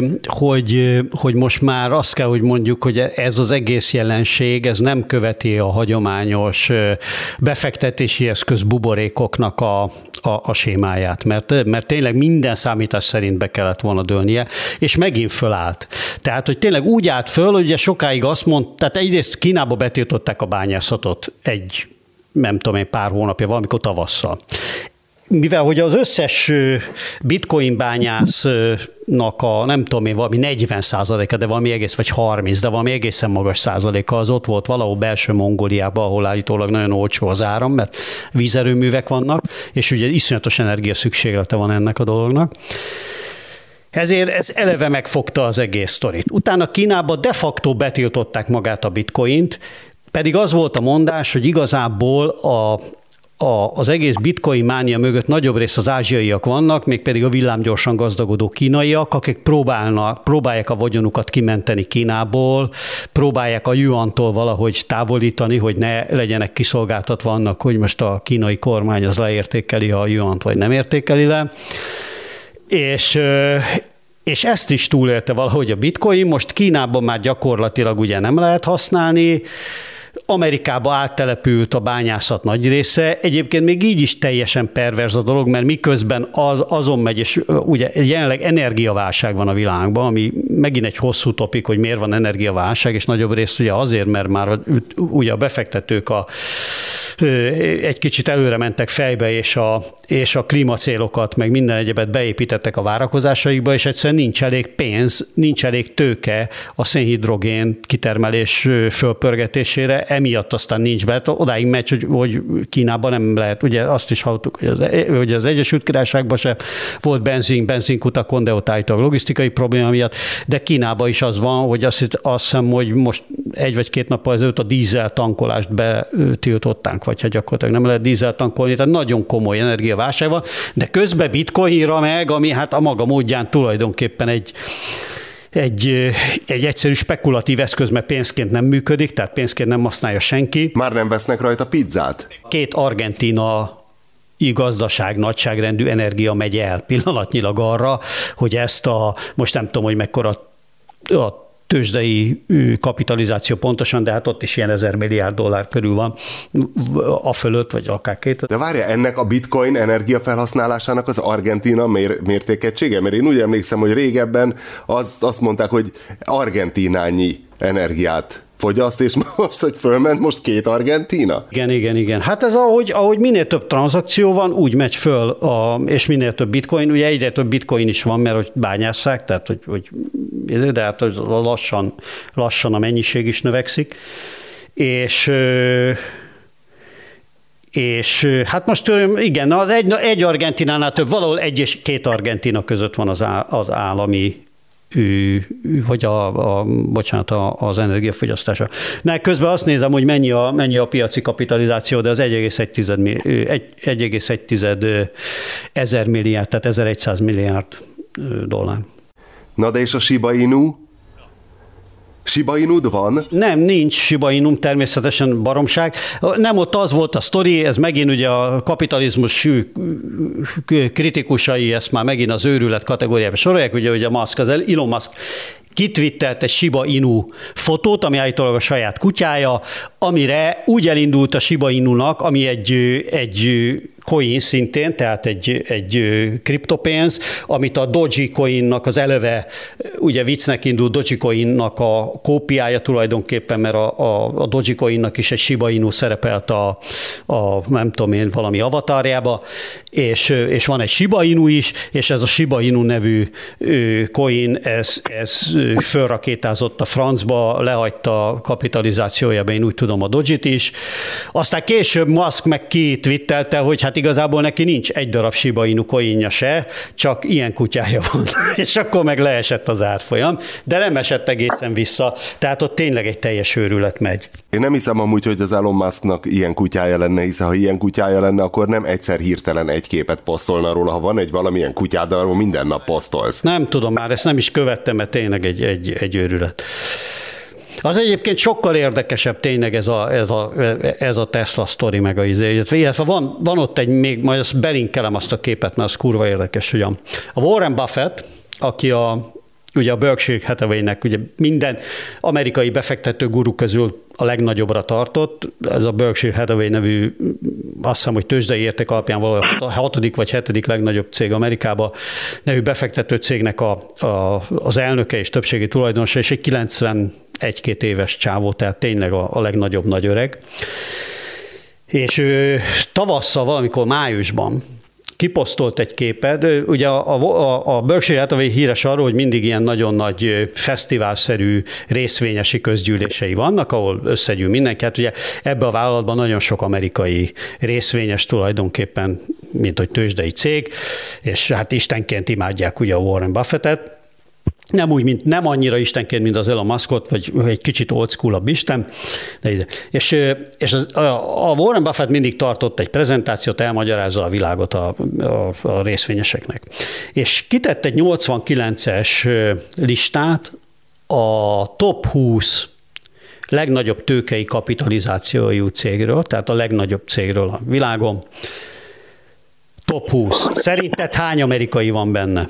B: hogy most már azt kell, hogy mondjuk, hogy ez az egész jelenség, ez nem követi a hagyományos befektetési eszköz buborékoknak a sémáját, mert tényleg minden számítás szerint be kellett volna dőlnie, és megint fölállt. Tehát, hogy tényleg úgy állt föl, hogy ugye sokáig azt mondta, tehát egyrészt Kínába betiltották a bányászatot nem tudom én, pár hónapja, valamikor tavasszal. Mivel hogy az összes bitcoin bányásznak nem tudom én, valami 40%-a, de valami vagy 30, de valami egészen magas százaléka az ott volt valahol belső Mongóliában, ahol állítólag nagyon olcsó az áram, mert vízerőművek vannak, és ugye iszonyatos energia szükséglete van ennek a dolognak. Ezért ez eleve megfogta az egész sztorit. Utána Kínában de facto betiltották magát a bitcoint, pedig az volt a mondás, hogy igazából az egész bitcoin mánia mögött nagyobb rész az ázsiaiak vannak, mégpedig a villámgyorsan gazdagodó kínaiak, akik próbálják a vagyonukat kimenteni Kínából, próbálják a yuantól valahogy távolítani, hogy ne legyenek kiszolgáltatva annak, hogy most a kínai kormány az leértékeli a yuant, vagy nem értékeli le. És ezt is túlélte valahogy a bitcoin, most Kínában már gyakorlatilag ugye nem lehet használni, Amerikába áttelepült a bányászat nagy része. Egyébként még így is teljesen perverz a dolog, mert miközben azon megy, és ugye jelenleg energiaválság van a világban, ami megint egy hosszú topik, hogy miért van energiaválság, és nagyobb részt ugye azért, mert már ugye a befektetők egy kicsit előre mentek fejbe, és a klímacélokat, meg minden egyebet beépítettek a várakozásaikba, és egyszerűen nincs elég pénz, nincs elég tőke a szénhidrogén kitermelés fölpörgetésére, emiatt aztán nincs be. Odáig megy, hogy Kínában nem lehet. Ugye azt is hallottuk, hogy az Egyesült Királyságban sem volt benzinkutakon, de ott állítólag logisztikai probléma miatt, de Kínában is az van, hogy azt hiszem, hogy most 1 vagy 2 nappal ezelőtt a dízel tankolást betiltották, vagy ha gyakorlatilag nem lehet dízel tankolni, tehát nagyon komoly energiaválság van, de közben bitcoinra meg, ami hát a maga módján tulajdonképpen egy egyszerű spekulatív eszköz, mert pénzként nem működik, tehát pénzként nem használja senki.
A: Már nem vesznek rajta pizzát?
B: 2 argentina gazdaság, nagyságrendű energia megy el pillanatnyilag arra, hogy ezt most nem tudom, hogy mekkora a tőzsdei kapitalizáció pontosan, de hát ott is ilyen $1000 milliárd körül van a fölött, vagy akár 2.
A: De várja, ennek a bitcoin energiafelhasználásának az Argentína mértékegysége? Mert én úgy emlékszem, hogy régebben azt mondták, hogy argentínányi energiát fogyaszt, és most, hogy fölment, most 2 Argentína?
B: Igen. Hát ez ahogy minél több tranzakció van, úgy megy föl, és minél több bitcoin, ugye egyre több bitcoin is van, mert hogy bányásszák, tehát de hát lassan a mennyiség is növekszik, És hát most igen, egy Argentinánál több, valahol 1 és 2 Argentina között van az állami vagy bocsánat, az energiafogyasztása. Mert közben azt nézem, hogy mennyi a piaci kapitalizáció, de az 1,1 ezer milliárd, tehát 1100 milliárd dollár.
A: Na de és a Shiba Inu? Shiba Inud van?
B: Nem, nincs Shiba Inu, természetesen baromság. Nem, ott az volt a sztori, ez megint ugye a kapitalizmus kritikusai ezt már megint az őrület kategóriába sorolják, ugye a Musk, az Elon Musk kitwittelt egy Shiba Inu fotót, ami állítólag a saját kutyája, amire úgy elindult a Shiba Inunak, ami egy coin szintén, tehát egy kriptopénz, amit a Dogecoinnak az eleve, ugye viccnek indult Dogecoinnak a kópiája tulajdonképpen, mert a Dogecoinnak is egy Shiba Inu szerepelt a nem tudom én, valami avatarjába, és van egy Shiba Inu is, és ez a Shiba Inu nevű coin, ez fölrakétázott a francba, lehagyta a kapitalizációjába, én úgy tudom, a Dogit is. Aztán később Musk meg kitwittelte, hogy hát igazából neki nincs egy darab Shiba Inu coinja se, csak ilyen kutyája van. És akkor meg leesett az árfolyam, de nem esett egészen vissza, tehát ott tényleg egy teljes őrület megy.
A: Én nem hiszem amúgy, hogy az Elon Musknak ilyen kutyája lenne, hiszen ha ilyen kutyája lenne, akkor nem egyszer hirtelen egy képet posztolna róla, ha van egy valamilyen kutyád, arról minden nap posztolsz.
B: Nem tudom, már ezt nem is követtem, mert tényleg egy őrület. Az egyébként sokkal érdekesebb tényleg ez a Tesla sztori, meg van ott még, majd azt belinkelem azt a képet, mert az kurva érdekes, hogy a Warren Buffett, aki ugye a Berkshire Hathaway-nek ugye minden amerikai befektető guru közül a legnagyobbra tartott, ez a Berkshire Hathaway nevű, azt hiszem, hogy tőzsdei érték alapján valahol a 6. vagy 7. legnagyobb cég Amerikában, nevű befektető cégnek az elnöke és többségi tulajdonosa, és egy 91-2 éves csávó, tehát tényleg a legnagyobb nagy öreg. És ő tavasszal, valamikor májusban kiposztolt egy képet. Ugye a Berkshire Hathaway híres arról, hogy mindig ilyen nagyon nagy fesztiválszerű részvényesi közgyűlései vannak, ahol összegyűl mindenki. Hát ugye ebbe a vállalatban nagyon sok amerikai részvényes tulajdonképpen, mint hogy tőzsdei cég, és hát istenként imádják ugye a Warren Buffettet. Nem annyira istenként, mint az Elon Muskot, vagy egy kicsit old school-abb isten. És a Warren Buffett mindig tartott egy prezentációt, elmagyarázza a világot a részvényeseknek. És kitett egy 89-es listát a top 20 legnagyobb tőkei kapitalizációjú cégről, tehát a legnagyobb cégről a világon. Top 20. Szerinted hány amerikai van benne?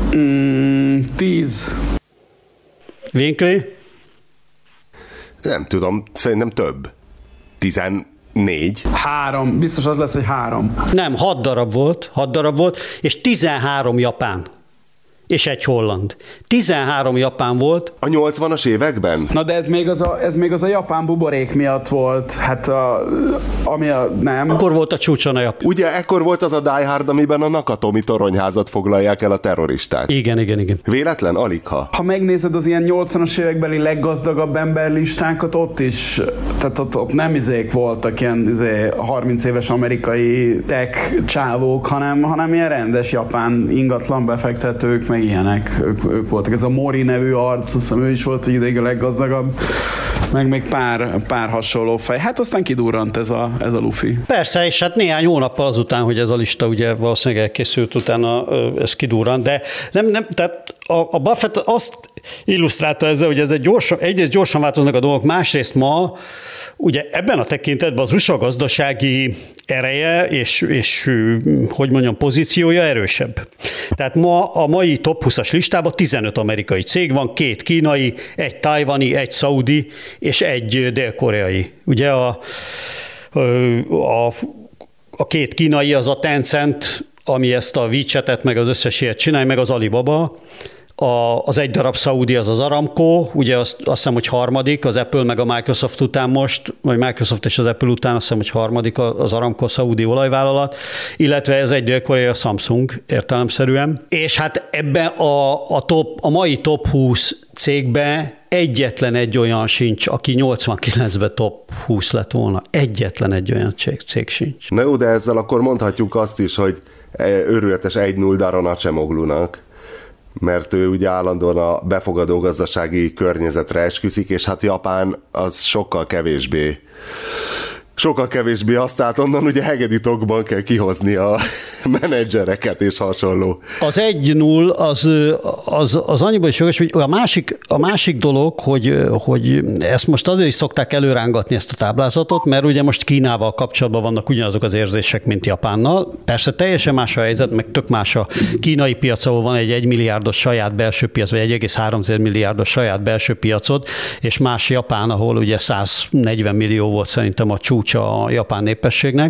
C: 10.
B: Winkley?
A: Nem tudom, szerintem több. 14.
C: 3. Biztos az lesz, hogy 3.
B: Nem, 6 darab volt, és 13 japán. És egy holland. 13 japán volt.
A: A 80-as években?
C: Na de ez még az a japán buborék miatt volt, hát nem.
B: Akkor volt a csúcson a japán.
A: Ugye ekkor volt az a Die Hard, amiben a Nakatomi toronyházat foglalják el a terroristák.
B: Igen.
A: Véletlen? Aligha.
C: Ha megnézed az ilyen 80-as évekbeli leggazdagabb emberlistákat, ott is, tehát ott nem izék voltak ilyen 30 éves amerikai tech csávók, hanem ilyen rendes japán ingatlan befektetők, meg ilyenek, ők voltak. Ez a Mori nevű arc, azt hiszem ő is volt egy ideig a leggazdagabb, meg még pár hasonló fej. Hát aztán kidurrant ez a lufi.
B: Persze, és hát néhány hónappal azután, hogy ez a lista ugye valószínűleg elkészült, utána ez kidurrant, de nem, tehát a Buffett azt illusztrálta ezzel, hogy ez egyrészt gyorsan változnak a dolgok, másrészt ma ugye ebben a tekintetben az USA gazdasági ereje és hogy mondjam, pozíciója erősebb. Tehát ma a mai top 20-as listában 15 amerikai cég van, 2 kínai, 1 tajvani, 1 szaudi és 1 dél-koreai. Ugye a 2 kínai az a Tencent, ami ezt a WeChat-et meg az összes ilyet csinálja, meg az Alibaba. az egy darab szaudi az Aramco, ugye azt hiszem, hogy harmadik, az Apple meg a Microsoft után most, vagy Microsoft és az Apple után azt hiszem, hogy harmadik az Aramco szaudi olajvállalat, illetve ez egy dél-koreai a Samsung értelemszerűen. És hát ebben a mai top 20 cégben egyetlen egy olyan sincs, aki 89-ben top 20 lett volna. Egyetlen egy olyan cég sincs.
A: Na jó, de ezzel akkor mondhatjuk azt is, hogy őrületes 1-0 Daron Acemoglunak, mert ő ugye állandóan a befogadó gazdasági környezetre esküszik, és hát Japán az sokkal kevésbé azt, tehát onnan ugye hegedűtokban kell kihozni a menedzsereket és hasonló.
B: Az 1-0 az annyiban is jogos, hogy a másik dolog, hogy ezt most azért is szokták előrángatni ezt a táblázatot, mert ugye most Kínával kapcsolatban vannak ugyanazok az érzések, mint Japánnal. Persze teljesen más a helyzet, meg tök más a kínai piac, ahol van egy 1 milliárdos saját belső piac, vagy 1,3 milliárdos saját belső piacod, és más Japán, ahol ugye 140 millió volt szerintem a csúcs a japán népességnek.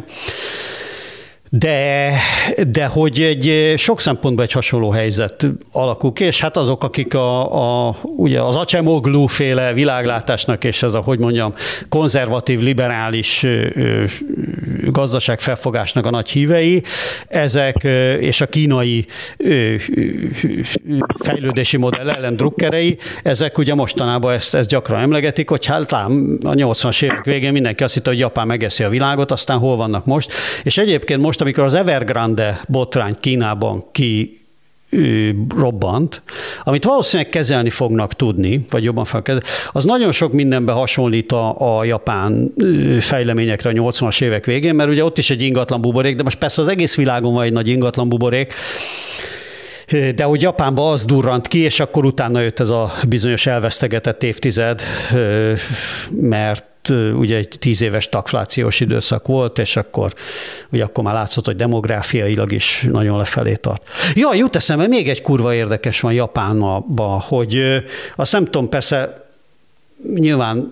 B: De hogy egy sok szempontból egy hasonló helyzet alakul ki, és hát azok, akik ugye az Acemoglu féle világlátásnak és ez a, hogy mondjam, konzervatív, liberális gazdaságfelfogásnak a nagy hívei, ezek és a kínai fejlődési modell ellen drukkerei, ezek ugye mostanában ezt gyakran emlegetik, hogy hát a 80-as évek végén mindenki azt hitte, hogy Japán megeszi a világot, aztán hol vannak most. És egyébként most, amikor az Evergrande botrány Kínában robbant, amit valószínűleg kezelni fognak tudni, vagy jobban fognak kezelni, az nagyon sok mindenben hasonlít a japán fejleményekre a 80-as évek végén, mert ugye ott is egy ingatlan buborék, de most persze az egész világon van egy nagy ingatlan buborék, de hogy Japánban az durrant ki, és akkor utána jött ez a bizonyos elvesztegetett évtized, mert ugye egy 10 éves stagflációs időszak volt, és akkor már látszott, hogy demográfiailag is nagyon lefelé tart. Ja, jut eszembe, még egy kurva érdekes van Japánban, hogy azt nem tudom, persze nyilván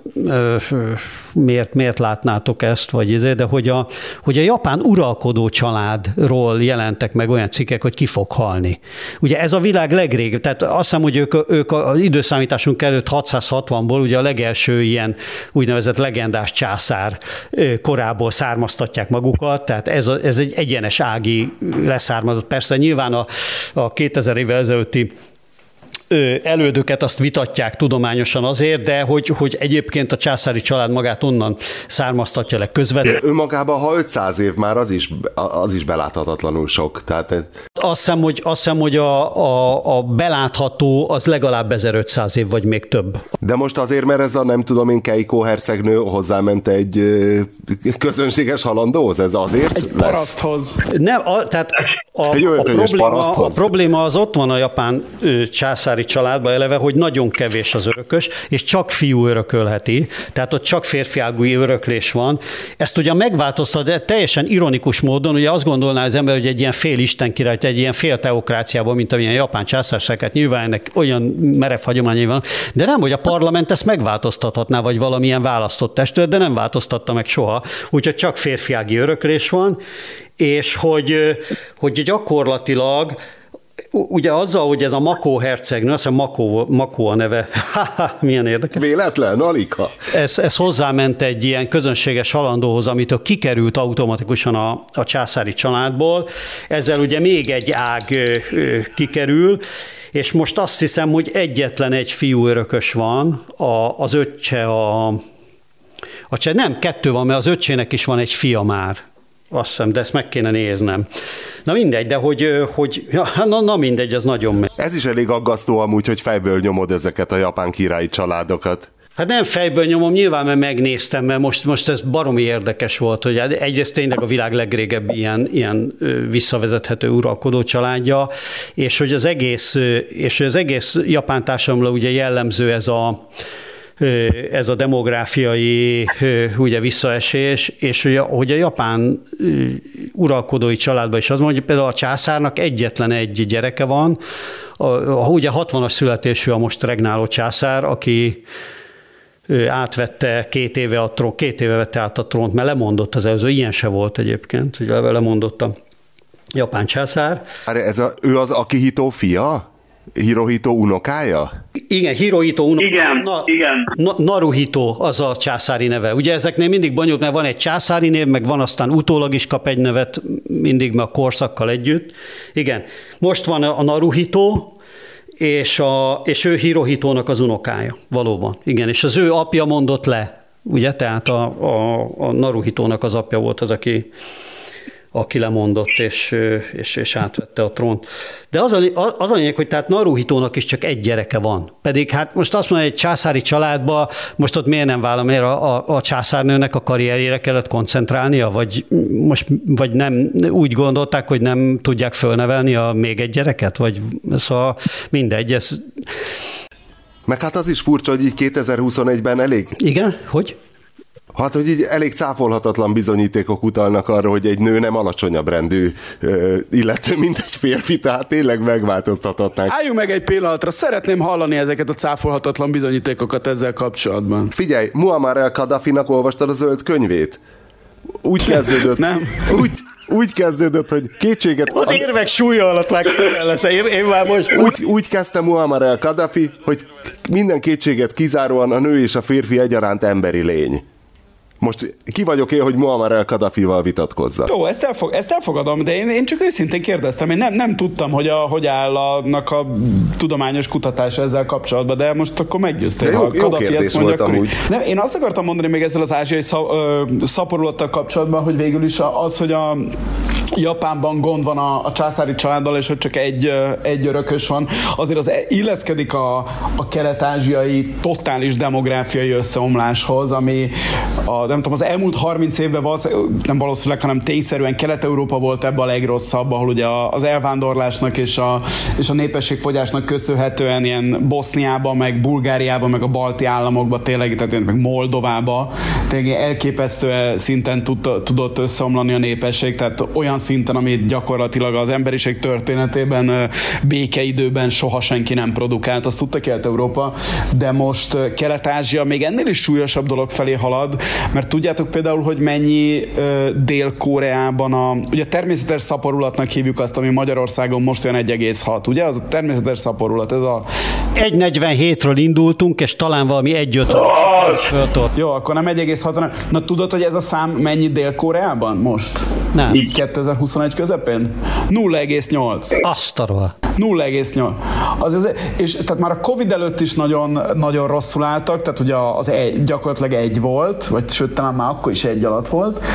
B: miért látnátok ezt, de hogy a japán uralkodó családról jelentek meg olyan cikkek, hogy ki fog halni. Ugye ez a világ legrégebb, tehát azt hiszem, hogy ők az időszámításunk előtt 660-ból ugye a legelső ilyen úgynevezett legendás császár korából származtatják magukat, tehát ez egy egyenes ági leszármazott. Persze nyilván a 2000 évvel ezelőtti elődöket azt vitatják tudományosan azért, de hogy egyébként a császári család magát onnan származtatja le közvetlenül.
A: Önmagában, ha 500 év már, az is beláthatatlanul sok. Tehát...
B: Azt hiszem, hogy a belátható az legalább 1500 év, vagy még több.
A: De most azért, mert ez a nem tudom én Keiko hercegnő hozzáment egy közönséges halandóhoz, ez azért
C: egy paraszthoz.
B: Nem, tehát a probléma az ott van a japán császári családban eleve, hogy nagyon kevés az örökös, és csak fiú örökölheti, tehát ott csak férfiágú öröklés van. Ezt ugye megváltoztat, de teljesen ironikus módon, ugye azt gondolná az ember, hogy egy ilyen fél istenkirály, egy ilyen fél teokráciában, mint amilyen japán császárság, hát nyilván ennek olyan merev hagyományai van, de nem, hogy a parlament ezt megváltoztathatná, vagy valamilyen választott testület, de nem változtatta meg soha, úgyhogy csak férfiági öröklés van, és hogy gyakorlatilag ugye azzal, hogy ez a Makó hercegnő, azt hiszem Makó a neve, milyen érdekes.
A: Véletlen, Alika.
B: Ez hozzáment egy ilyen közönséges halandóhoz, amitől kikerült automatikusan a császári családból, ezzel ugye még egy ág kikerül, és most azt hiszem, hogy egyetlen egy fiú örökös van, az öccse nem, 2 van, mert az öccsének is van egy fia már. Azt hiszem, de ezt meg kéne néznem. Na mindegy, de na mindegy, ez nagyon megy.
A: Ez is elég aggasztó amúgy, hogy fejből nyomod ezeket a japán királyi családokat.
B: Hát nem fejből nyomom, nyilván, mert megnéztem, mert most ez baromi érdekes volt, hogy egyrészt tényleg a világ legrégebbi ilyen visszavezethető uralkodó családja, és hogy az egész japán társadalomra ugye jellemző ez a demográfiai ugye visszaesés, és hogy a japán uralkodói családban is az van, hogy például a császárnak egyetlen egy gyereke van, ugye 60-as születésű a most regnáló császár, aki átvette 2 éve vette át a trónt, mert lemondott az előző, ilyen se volt egyébként, hogy lemondott a japán császár.
A: Ő az akihito fia? Hirohito unokája?
B: Igen, Hirohito unokája.
D: Igen.
B: Naruhito az a császári neve. Ugye ezeknél mindig bonyolult, mert van egy császári név, meg van aztán utólag is kap egy nevet, mindig a korszakkal együtt. Igen. Most van a Naruhito, és ő Hirohitónak az unokája. Valóban. Igen, és az ő apja mondott le. Ugye, tehát a Naruhitónak az apja volt az, aki lemondott, és átvette a trónt. De az a lényeg, hogy tehát Naruhitónak is csak egy gyereke van. Pedig hát most azt mondja, egy császári családba, most ott miért nem vállal, mert a császárnőnek a karrierjére kellett koncentrálnia, vagy nem úgy gondolták, hogy nem tudják fölnevelni még egy gyereket, vagy szóval mindegy, ez...
A: Meg hát az is furcsa, hogy így 2021-ben elég...
B: Igen? Hogy?
A: Hát, hogy így elég cáfolhatatlan bizonyítékok utalnak arra, hogy egy nő nem alacsonyabb rendű illető, mint egy férfi, tehát tényleg megváltoztathatnánk.
C: Álljunk meg egy pillanatra, szeretném hallani ezeket a cáfolhatatlan bizonyítékokat ezzel kapcsolatban.
A: Figyelj, Muammar el-Kaddafinak olvastad a zöld könyvét? Úgy kezdődött.
C: Nem.
A: Úgy kezdődött, hogy kétséget...
B: Az érvek súlya alatt lesz. Én már most...
A: Úgy kezdte Muammar el-Kaddafi, hogy minden kétséget kizáróan a nő és a férfi egyaránt emberi lény. Most ki vagyok én, hogy Muammar el-Kaddafival vitatkozzak?
C: Jó, ezt elfogadom, de én csak őszintén kérdeztem. Én nem tudtam, hogy áll a tudományos kutatás ezzel kapcsolatban, de most akkor meggyőztél.
A: Jó
C: Kaddafi ezt mondja,
A: volt amúgy.
C: Nem, én azt akartam mondani még ezzel az ázsiai szaporulattal kapcsolatban, hogy végül is az, hogy a Japánban gond van a császári családdal, és hogy csak egy örökös van, azért az illeszkedik a kelet-ázsiai totális demográfiai összeomláshoz, ami nem tudom, az elmúlt 30 évben nem valószínűleg, hanem tényszerűen Kelet-Európa volt ebben a legrosszabb, ahol ugye az elvándorlásnak és a népességfogyásnak köszönhetően ilyen Boszniában, meg Bulgáriában, meg a balti államokban tényleg, tehát meg Moldovában tényleg elképesztő szinten tudott összeomlani a népesség, tehát olyan szinten, amit gyakorlatilag az emberiség történetében békeidőben soha senki nem produkált, azt tudta Kelet-Európa, de most Kelet-Ázsia még ennél is súlyosabb dolog felé halad, mert tudjátok például, hogy mennyi Dél-Koreában ugye természetes szaporulatnak hívjuk azt, ami Magyarországon most olyan 1,6, ugye? Az a természetes szaporulat, ez a...
B: 1,47-ről indultunk, és talán valami 1,50.
C: Jó, akkor nem 1,6. Na tudod, hogy ez a szám mennyi Dél-Koreában most?
B: Nem.
C: Így 2021 közepén? 0,8.
B: Asztalról.
C: 0,8. És tehát már a Covid előtt is nagyon, nagyon rosszul álltak, tehát ugye gyakorlatilag 1 volt, vagy sőt, talán már akkor is 1 alatt volt,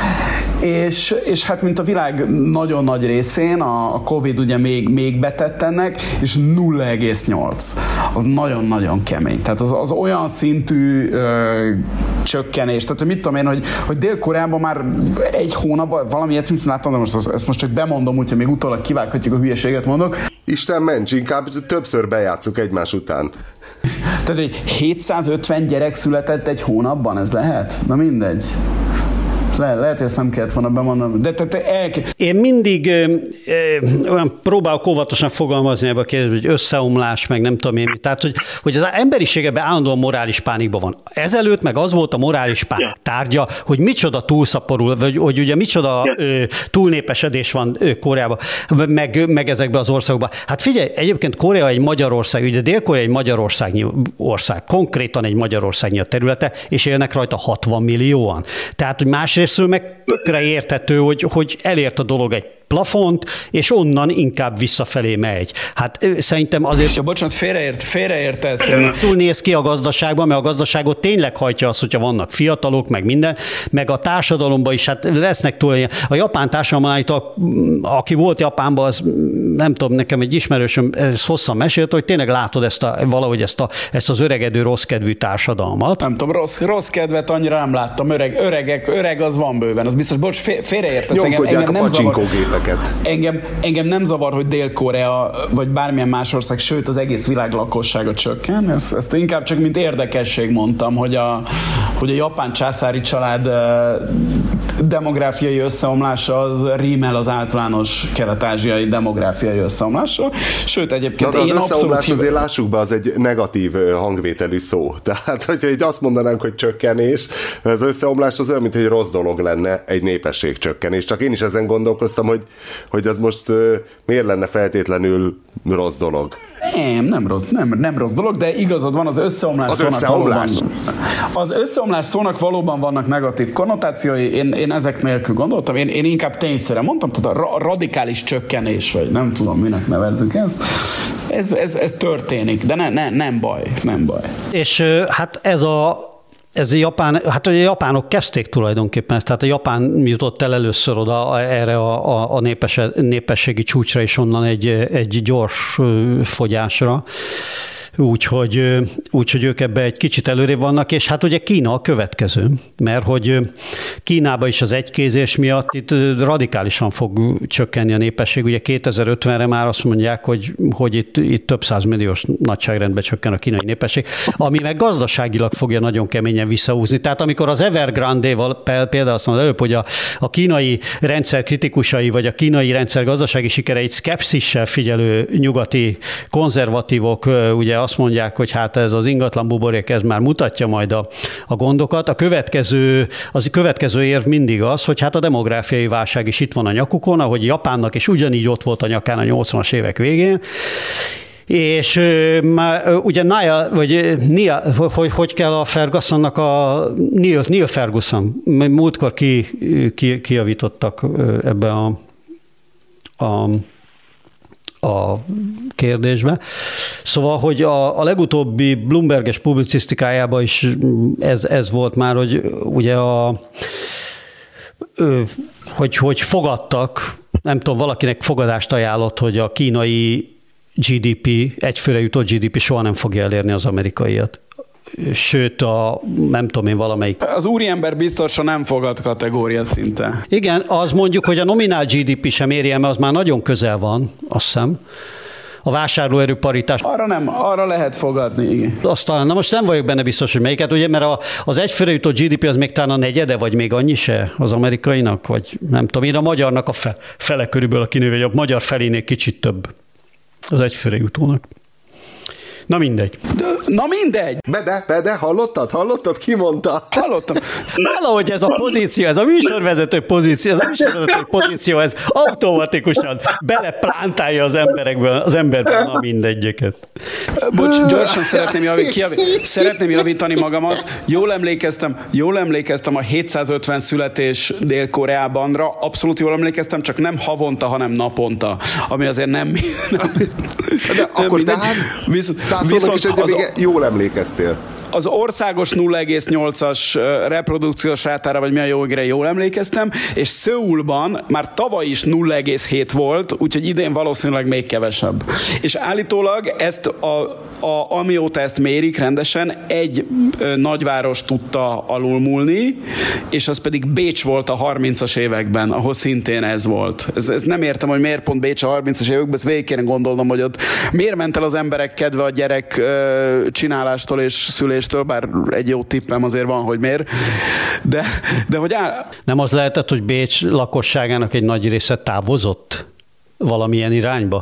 C: és hát mint a világ nagyon nagy részén a Covid ugye még betett ennek, és 0,8. Az nagyon-nagyon kemény. Tehát az olyan szintű csökkenés. Tehát mit tudom én, hogy Dél-Koreában már 1 hónapban valami ilyet láttam, de ezt most csak bemondom, úgyhogy még utólag kivághatjuk a hülyeséget mondok.
A: Isten ments, inkább többször bejátszuk egymás után.
C: Tehát, hogy 750 gyerek született 1 hónapban, ez lehet? Na mindegy. Lehet, hogy ezt nem kellett volna bemondani, de
B: Én mindig olyan próbálok óvatosan fogalmazni ebbe a kérdésbe, hogy összeomlás, meg nem tudom én mi. Tehát, hogy az emberiség ebben állandóan morális pánikban van. Ezelőtt meg az volt a morális pánik tárgya, hogy micsoda túlszaporul, vagy hogy ugye micsoda túlnépesedés van Koreában, meg ezekben az országokban. Hát figyelj, egyébként Korea egy Magyarország, ugye Dél-Korea egy Magyarországnyi ország, konkrétan egy Magyarországnyi a területe, és élnek rajta 60 millióan. Tehát, hogy másrészt meg tökre érthető, hogy elért a dolog egy plafont, és onnan inkább visszafelé megy. Hát szerintem azért...
C: Ja, bocsánat, félreértesz.
B: Szól néz ki a gazdaságban, mert a gazdaságot tényleg hajtja az, hogyha vannak fiatalok, meg minden, meg a társadalomban is, hát lesznek túl ilyen. A japán társadalomban, aki volt Japánban, az nem tudom, nekem egy ismerősöm ezt hosszan mesélt, hogy tényleg látod valahogy ezt az öregedő rosszkedvű társadalmat.
C: Nem tudom, rossz kedvet annyira nem láttam. Öreg az van bőven. Az biztos, bocs, félreértesz.
A: Nyomkodják a pacsinkógépeket.
C: Engem nem zavar, hogy Dél-Korea, vagy bármilyen más ország, sőt az egész világ lakossága csökken. Ezt inkább csak mint érdekesség mondtam, hogy a japán császári család demográfiai összeomlása az rímel az általános kelet-ázsiai demográfiai összeomlása. Sőt, egyébként
A: én összeomlás azért lássuk be, az egy negatív hangvételű szó. Tehát, hogyha így azt mondanánk, hogy csökkenés, az összeomlás az olyan, mint egy rossz dolog lenne, egy népesség csökkenés. Csak én is ezen gondolkoztam, hogy az most miért lenne feltétlenül rossz dolog.
C: Nem rossz dolog, de igazad van, az összeomlás szónak valóban vannak negatív konnotációi, én ezek nélkül gondoltam, én inkább tényszerűen mondtam, tehát a radikális csökkenés, vagy nem tudom, minek nevezzük ezt, ez történik, de nem baj.
B: És hát ez a Japán, hát a japánok kezdték tulajdonképpen ezt, tehát a Japán jutott el először oda erre a népességi csúcsra, és onnan egy gyors fogyásra. Úgyhogy ők ebbe egy kicsit előrébb vannak, és hát ugye Kína a következő, mert hogy Kínában is az egykézés miatt itt radikálisan fog csökkenni a népesség. Ugye 2050-re már azt mondják, hogy itt több százmilliós nagyságrendben csökken a kínai népesség, ami meg gazdaságilag fogja nagyon keményen visszahúzni. Tehát amikor az Evergrande-val például azt mondod előbb, hogy a kínai rendszer kritikusai, vagy a kínai rendszer gazdasági sikereit szkepszissel figyelő nyugati konzervatívok ugye azt mondják, hogy hát ez az ingatlan buborék, ez már mutatja majd a gondokat. A következő érv mindig az, hogy hát a demográfiai válság is itt van a nyakukon, ahogy Japánnak is ugyanígy ott volt a nyakán a 80-as évek végén. És ugye hogy kell a Fergusonnak Neil Ferguson, múltkor kijavítottak ebbe a kérdésbe. Szóval, hogy a legutóbbi Bloomberg-es publicisztikájában is ez volt már, hogy ugye hogy fogadtak, nem tudom, valakinek fogadást ajánlott, hogy a kínai GDP, egyfőre jutott GDP soha nem fogja elérni az amerikaiat. Sőt, nem tudom én valamelyik.
C: Az úriember biztosan nem fogad kategória szinte.
B: Igen, az mondjuk, hogy a nominál GDP sem éri el, mert az már nagyon közel van, azt hiszem. A vásárlóerő paritás.
C: Arra lehet fogadni, igen.
B: Azt talán, na most nem vagyok benne biztos, hogy melyiket, ugye, mert az egyfőre jutott GDP az még talán a negyede, vagy még annyi se az amerikainak, vagy nem tudom, én a magyarnak a fele körülbelül a kinőve, vagy a magyar felénél kicsit több az egyfőre jutónak. Na mindegy.
A: Bede, hallottad? Ki mondta?
C: Hallottam.
B: Valahogy ez a pozíció, ez a műsorvezető pozíció, ez automatikusan beleplántálja az emberben a mindegyeket.
C: Bocs, gyorsan szeretném javítani magamat. Jól emlékeztem a 750 születés Dél-Koreábanra. Abszolút jól emlékeztem, csak nem havonta, hanem naponta. Ami azért nem
A: de akkor tehát Százszónak is jól emlékeztél.
C: Az országos 0,8-as reprodukciós rátára, vagy milyen jó ígére jól emlékeztem, és Szöulban már tavaly is 0,7 volt, úgyhogy idén valószínűleg még kevesebb. És állítólag ezt amióta ezt mérik rendesen, egy nagyváros tudta alulmúlni, és az pedig Bécs volt a 30-as években, ahol szintén ez volt. Ez nem értem, hogy miért pont Bécs a 30-as években, ezt végig kéne gondolnom, hogy ott miért ment el az emberek kedve a gyerek csinálástól és szüléstől, bár egy jó tippem azért van, hogy miért. De hogy
B: Nem az lehetett, hogy Bécs lakosságának egy nagy része távozott valamilyen irányba?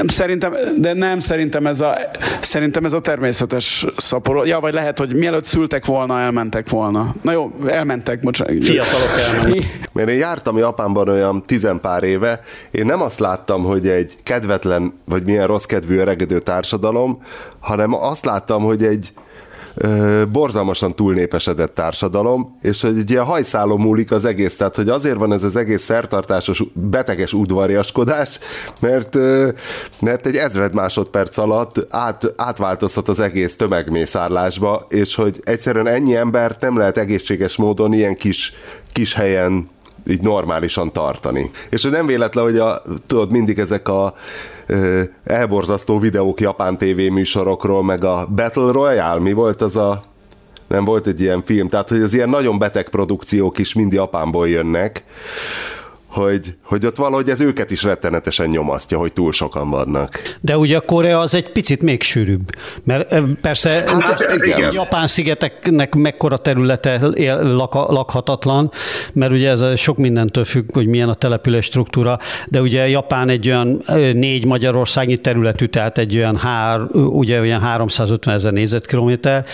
B: Szerintem ez a természetes szaporó. Ja, vagy lehet, hogy mielőtt szültek volna, elmentek volna. Na jó, elmentek, bocsánat. Fiatalok elmentek.
A: Mert én jártam Japánban olyan 10 pár éve, én nem azt láttam, hogy egy kedvetlen, vagy milyen rossz kedvű öregedő társadalom, hanem azt láttam, hogy egy borzalmasan túlnépesedett társadalom, és hogy egy ilyen hajszálon múlik az egész, tehát hogy azért van ez az egész szertartásos, beteges udvariaskodás, mert egy 1000 másodperc alatt átváltozhat az egész tömegmészárlásba, és hogy egyszerűen ennyi embert nem lehet egészséges módon ilyen kis helyen így normálisan tartani. És hogy nem véletlen, hogy tudod, mindig ezek a elborzasztó videók japán tévéműsorokról, meg a Battle Royale, mi volt az nem volt egy ilyen film, tehát hogy az ilyen nagyon beteg produkciók is mind Japánból jönnek, hogy ott valahogy ez őket is rettenetesen nyomasztja, hogy túl sokan vannak.
B: De ugye a Korea az egy picit még sűrűbb, mert persze Japán szigeteknek mekkora területe lakhatatlan, mert ugye ez sok mindentől függ, hogy milyen a település struktúra, de ugye Japán egy olyan 4 Magyarországnyi területű, tehát egy olyan, olyan 350 000 négyzetkilométer,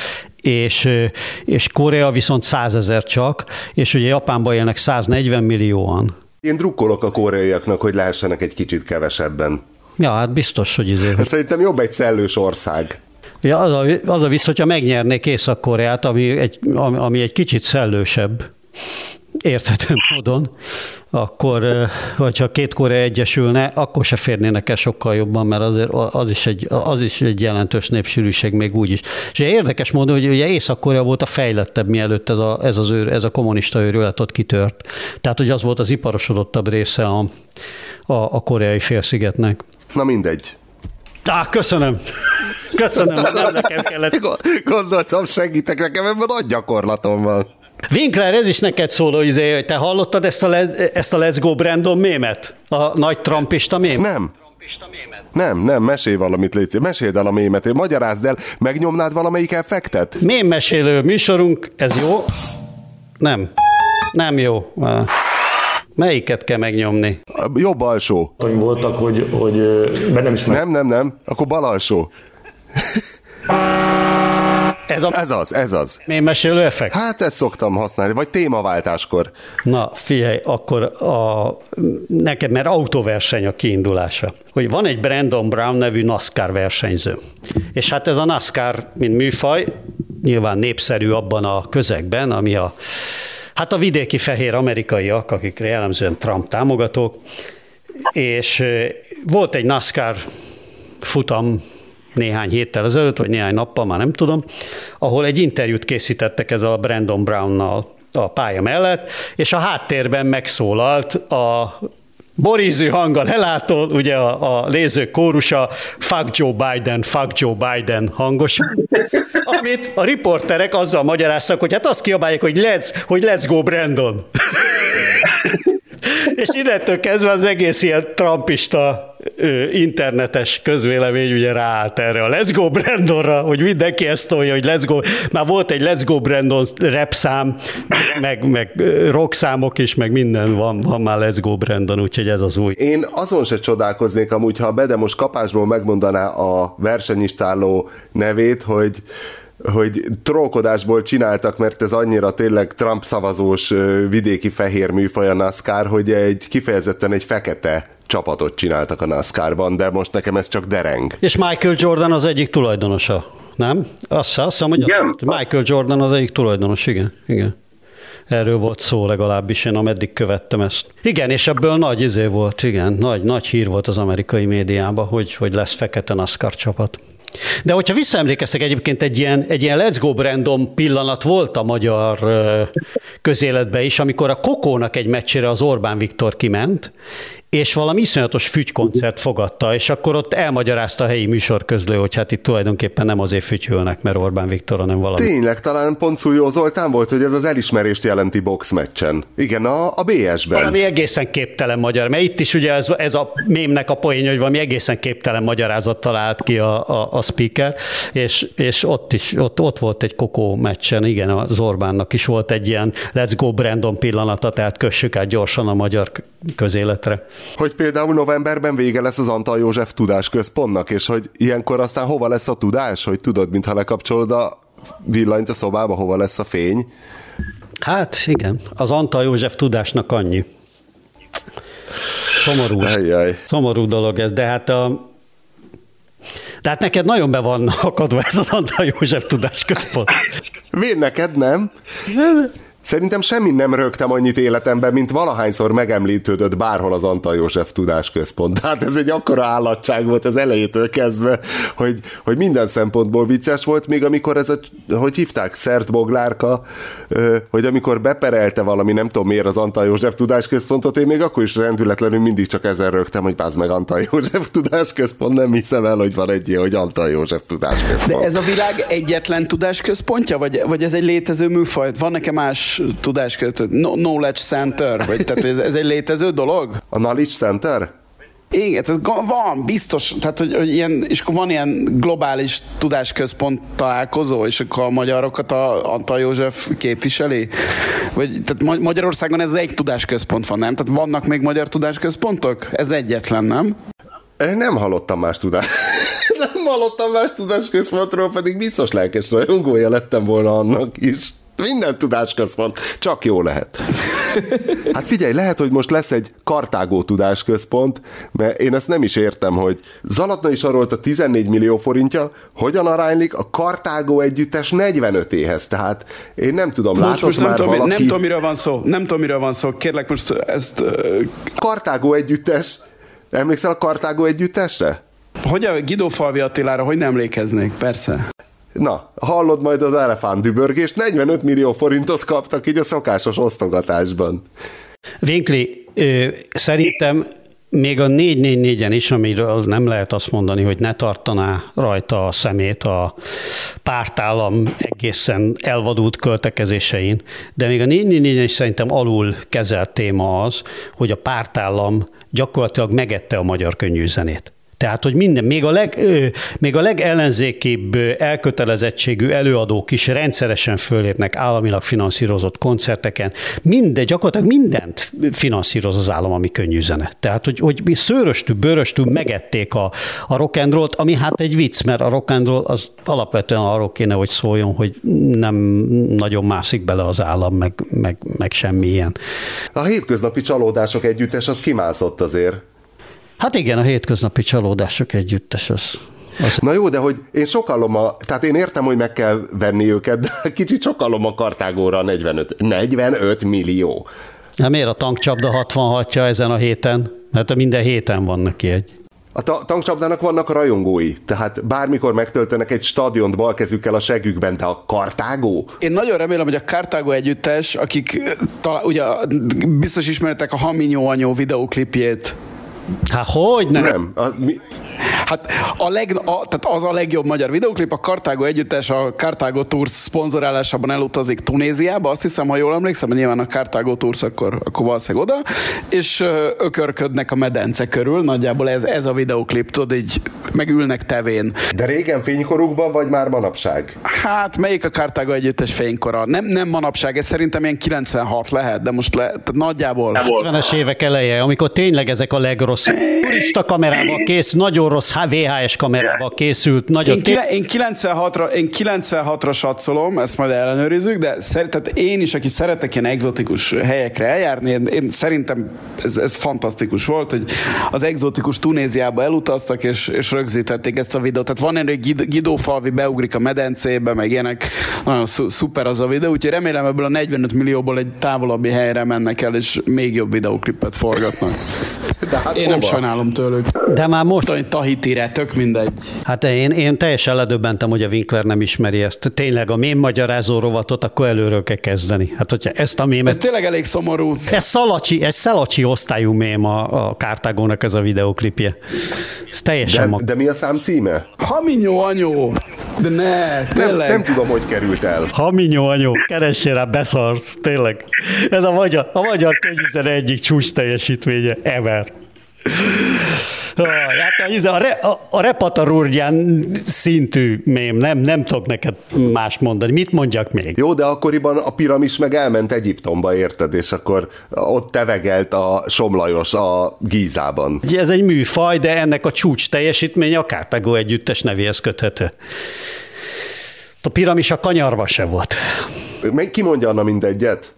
B: és Korea viszont 100 000 csak, és ugye Japánban élnek 140 millióan.
A: Én drukkolok a koreaiaknak, hogy lehessenek egy kicsit kevesebben.
B: Ja, hát biztos, hogy
A: Szerintem jobb egy szellős ország.
B: Ja, az a vicc, hogyha megnyernék Észak-Koreát, ami egy kicsit szellősebb, érthető módon, akkor, vagy ha két Korea egyesülne, akkor se férnének el sokkal jobban, mert azért az is egy jelentős népsűrűség még úgy is. És érdekes módon, hogy ugye Észak-Korea volt a fejlettebb, mielőtt ez a kommunista őrület ott kitört. Tehát, hogy az volt az iparosodottabb része a koreai félszigetnek.
A: Na mindegy.
B: Köszönöm. Köszönöm, nem nekem kellett.
A: Gondoltam, segítek nekem, ebben nagy gyakorlatom van.
B: Winkler, ez is neked szóló, hogy te hallottad ezt a Let's Go Brandon mémet? A nagy trumpista mém?
A: Nem, mesélj valamit, légy. Meséld el a mémet, magyarázd el, megnyomnád valamelyik effektet?
B: Mémmesélő műsorunk, ez jó? Nem jó. Melyiket kell megnyomni?
A: Jobb alsó.
D: Voltak, hogy nem is
A: Nem, akkor bal alsó. Ez az.
B: Mémmesélő effekt?
A: Hát ezt szoktam használni, vagy témaváltáskor.
B: Na, figyelj, akkor neked, mert autóverseny a kiindulása, hogy van egy Brandon Brown nevű NASCAR versenyző. És hát ez a NASCAR, mint műfaj, nyilván népszerű abban a közegben, ami a vidéki fehér amerikaiak, akik jellemzően Trump támogatók, és volt egy NASCAR futam néhány héttel ezelőtt, vagy néhány nappal, már nem tudom, ahol egy interjút készítettek ezzel a Brandon Brownnal a pálya mellett, és a háttérben megszólalt a borízű hanggal lelától, ugye a lézők kórusa, fuck Joe Biden hangosan, amit a riporterek azzal magyaráztak, hogy hát azt kiabálják, hogy let's go Brandon. És innentől kezdve az egész ilyen trumpista internetes közvélemény ugye ráállt erre a Let's Go Brandonra, hogy mindenki ezt tolja, hogy Let's Go. Már volt egy Let's Go Brandon rap szám, meg rock számok is, meg minden van már Let's Go Brandon, úgyhogy ez az új.
A: Én azon se csodálkoznék amúgy, ha a Bede most kapásból megmondaná a versenyistáló nevét, hogy trollkodásból csináltak, mert ez annyira tényleg Trump szavazós vidéki fehér műfaj a NASCAR, hogy kifejezetten egy fekete csapatot csináltak a NASCAR-ban, de most nekem ez csak dereng.
B: És Michael Jordan az egyik tulajdonosa, nem? Azt hiszem, hogy Michael Jordan az egyik tulajdonos, igen. Erről volt szó legalábbis, én ameddig követtem ezt. Igen, és ebből nagy volt, igen, nagy hír volt az amerikai médiában, hogy lesz fekete NASCAR csapat. De hogyha visszaemlékeztek, egyébként egy ilyen Let's Go Brandon pillanat volt a magyar közéletben is, amikor a Kokónak egy meccsére az Orbán Viktor kiment, és valami iszonyatos fügykoncert fogadta, és akkor ott elmagyarázta a helyi műsorközlő, hogy hát itt tulajdonképpen nem azért fütyülnek, mert Orbán Viktor, hanem valami.
A: Tényleg, talán Poncújó Zoltán volt, hogy ez az elismerést jelenti boxmeccsen. Igen, a BS-ben.
B: Valami egészen képtelen magyar, mert itt is ugye ez a mémnek a poénja, hogy valami egészen képtelen magyarázattal állt ki a speaker, és ott volt egy Kokó meccsen, igen, az Orbánnak is volt egy ilyen Let's Go Brandon pillanata, tehát kössük át gyorsan a magyar közéletre.
A: Hogy például novemberben vége lesz az Antal József Tudásközpontnak, és hogy ilyenkor aztán hova lesz a tudás, hogy tudod, mintha lekapcsolod a villanyt a szobába, hova lesz a fény?
B: Hát igen, az Antal József Tudásnak annyi. Szomorú dolog ez, de hát neked nagyon be van akadva ez az Antal József Tudásközpont.
A: Miért neked nem? Szerintem semmi nem rögtem annyit életemben, mint valahányszor megemlítődött bárhol az Antal József Tudásközpont. Tehát ez egy akkora állatság volt az elejétől kezdve, hogy minden szempontból vicces volt, még amikor hogy hívták, Szert Boglárka, hogy amikor beperelte valami, nem tudom miért az Antal József Tudásközpontot, én még akkor is rendületlenül mindig csak ezen rögtem, hogy bázd meg Antal József Tudásközpont, nem hiszem el, hogy van egy ilyen, hogy Antal József Tudásközpont.
C: De ez a világ egyetlen tudásközpontja, vagy ez egy létező műfaj? Van nekem más Knowledge Center? Vagy, tehát ez egy létező dolog?
A: A Knowledge Center?
C: Igen, tehát van, biztos, tehát hogy ilyen, és akkor van ilyen globális tudásközpont találkozó, és akkor a magyarokat a Antal József képviseli? Vagy, tehát Magyarországon ez egy tudásközpont van, nem? Tehát vannak még magyar tudásközpontok? Ez egyetlen, nem?
A: Nem hallottam más tudásközpontról, pedig biztos lelkes rajongója lettem volna annak is. Minden tudásközpont, csak jó lehet. Hát figyelj, lehet, hogy most lesz egy Kartágó tudásközpont, mert én ezt nem is értem, hogy Zalatnai Sarolta 14 millió forintja hogyan aránylik a Kartágó együttes 45-éhez. Tehát én nem tudom, látok már valaki...
C: Nem tudom, miről van szó. Kérlek, most ezt...
A: Kartágó együttes. Emlékszel a Kartágó együttesre?
C: Hogy a Guido Falvi Attilára, hogy nem emlékeznék, persze.
A: Na, hallod majd az elefántdübörgést, 45 millió forintot kaptak így a szokásos osztogatásban.
B: Vinkli, szerintem még a 444-en is, amiről nem lehet azt mondani, hogy ne tartaná rajta a szemét a pártállam egészen elvadult költekezésein, de még a 444-en is szerintem alul kezelt téma az, hogy a pártállam gyakorlatilag megette a magyar könnyűzenét. Tehát, hogy minden, még a legellenzékibb elkötelezettségű előadók is rendszeresen fölépnek államilag finanszírozott koncerteken. Gyakorlatilag mindent finanszíroz az állam, ami könnyű zene. Tehát, hogy szőröstül, bőröstül megették a rock and rollt, ami hát egy vicc, mert a rock and roll az alapvetően arról kéne, hogy szóljon, hogy nem nagyon mászik bele az állam, meg semmi ilyen.
A: A hétköznapi csalódások együttes az kimászott azért.
B: Hát igen, a hétköznapi csalódások együttes az.
A: Na jó, de hogy én sokallom tehát én értem, hogy meg kell venni őket, de kicsit sokallom a Kartágóra 45 millió.
B: Hát miért a tankcsapda 66-ja ezen a héten? Mert minden héten van neki egy.
A: A tankcsapdának vannak rajongói, tehát bármikor megtöltenek egy stadiont balkezükkel a segükben, de a Kartágó?
C: Én nagyon remélem, hogy a Kartágó együttes, akik ugye biztos ismertek a Haminyó anyó videóklipjét.
B: Hát hogy
A: nem?
C: Hát tehát az a legjobb magyar videóklip, a Kartágó együttes a Kartágó Tours szponzorálásában elutazik Tunéziába, azt hiszem, ha jól emlékszem, nyilván a Kartágó Tours akkor valószínűleg oda, és ökörködnek a medence körül, nagyjából ez a videóklip, tudod, így megülnek tevén.
A: De régen fénykorukban, vagy már manapság?
C: Hát melyik a Kartágó együttes fénykora? Nem manapság, ez szerintem ilyen 96 lehet, de most tehát nagyjából.
B: 70-es évek eleje, amikor tényleg ezek a legrossz turista kamerával nagyon rossz VHS kamerával készült.
C: Én 96-ra satszolom, ezt majd ellenőrizzük, de tehát én is, aki szeretek ilyen egzotikus helyekre eljárni, én szerintem ez fantasztikus volt, hogy az egzotikus Tunéziába elutaztak, és rögzítették ezt a videót. Tehát van ennél, hogy Guido Falvi beugrik a medencébe, meg ilyenek. Nagyon szuper az a videó, úgyhogy remélem ebből a 45 millióból egy távolabbi helyre mennek el, és még jobb videóklipet forgatnak.
A: Hát
C: én nem sajnálom tőlük.
B: De már most...
C: Tahitire, tök mindegy.
B: Hát én teljesen ledöbbentem, hogy a Winkler nem ismeri ezt. Tényleg a mém magyarázó rovatot akkor előről kell kezdeni. Hát hogyha ezt a mémet...
C: Ez tényleg elég szomorú.
B: Ez szalacsi osztályú mém a Kartágónak ez a videóklipje. Ez teljesen
A: de mi a szám címe?
C: Haminyó anyó. De ne, tényleg.
A: Nem tudom, hogy került el.
B: Haminyó anyó, keressél rá, beszarsz, tényleg. Ez a magyar könnyűzene egyik csúcs teljesítménye ever. Hát a Repatarurgyán szintű mém, nem tudok neked más mondani. Mit mondjak még?
A: Jó, de akkoriban a piramis meg elment Egyiptomba, érted? És akkor ott tevegelt a Somlajos a Gízában.
B: Ez egy műfaj, de ennek a csúcs teljesítménye a Kartágó együttes nevéhez köthető. A piramis a kanyarba se volt.
A: Ki mondja Anna mindegyet?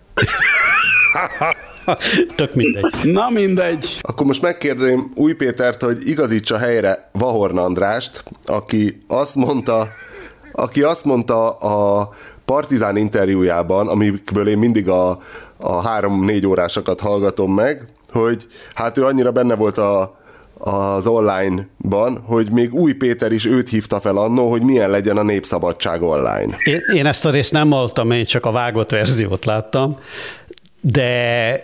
B: Tök mindegy.
C: Na mindegy.
A: Akkor most megkérdezem Új Pétert, hogy igazítsa helyre Vahorn Andrást, aki azt mondta a Partizán interjújában, amikből én mindig a 3-4 órásokat hallgatom meg, hogy hát ő annyira benne volt az online-ban, hogy még Új Péter is őt hívta fel annó, hogy milyen legyen a Népszabadság online.
B: Én ezt a részt nem hallottam, én csak a vágott verziót láttam, de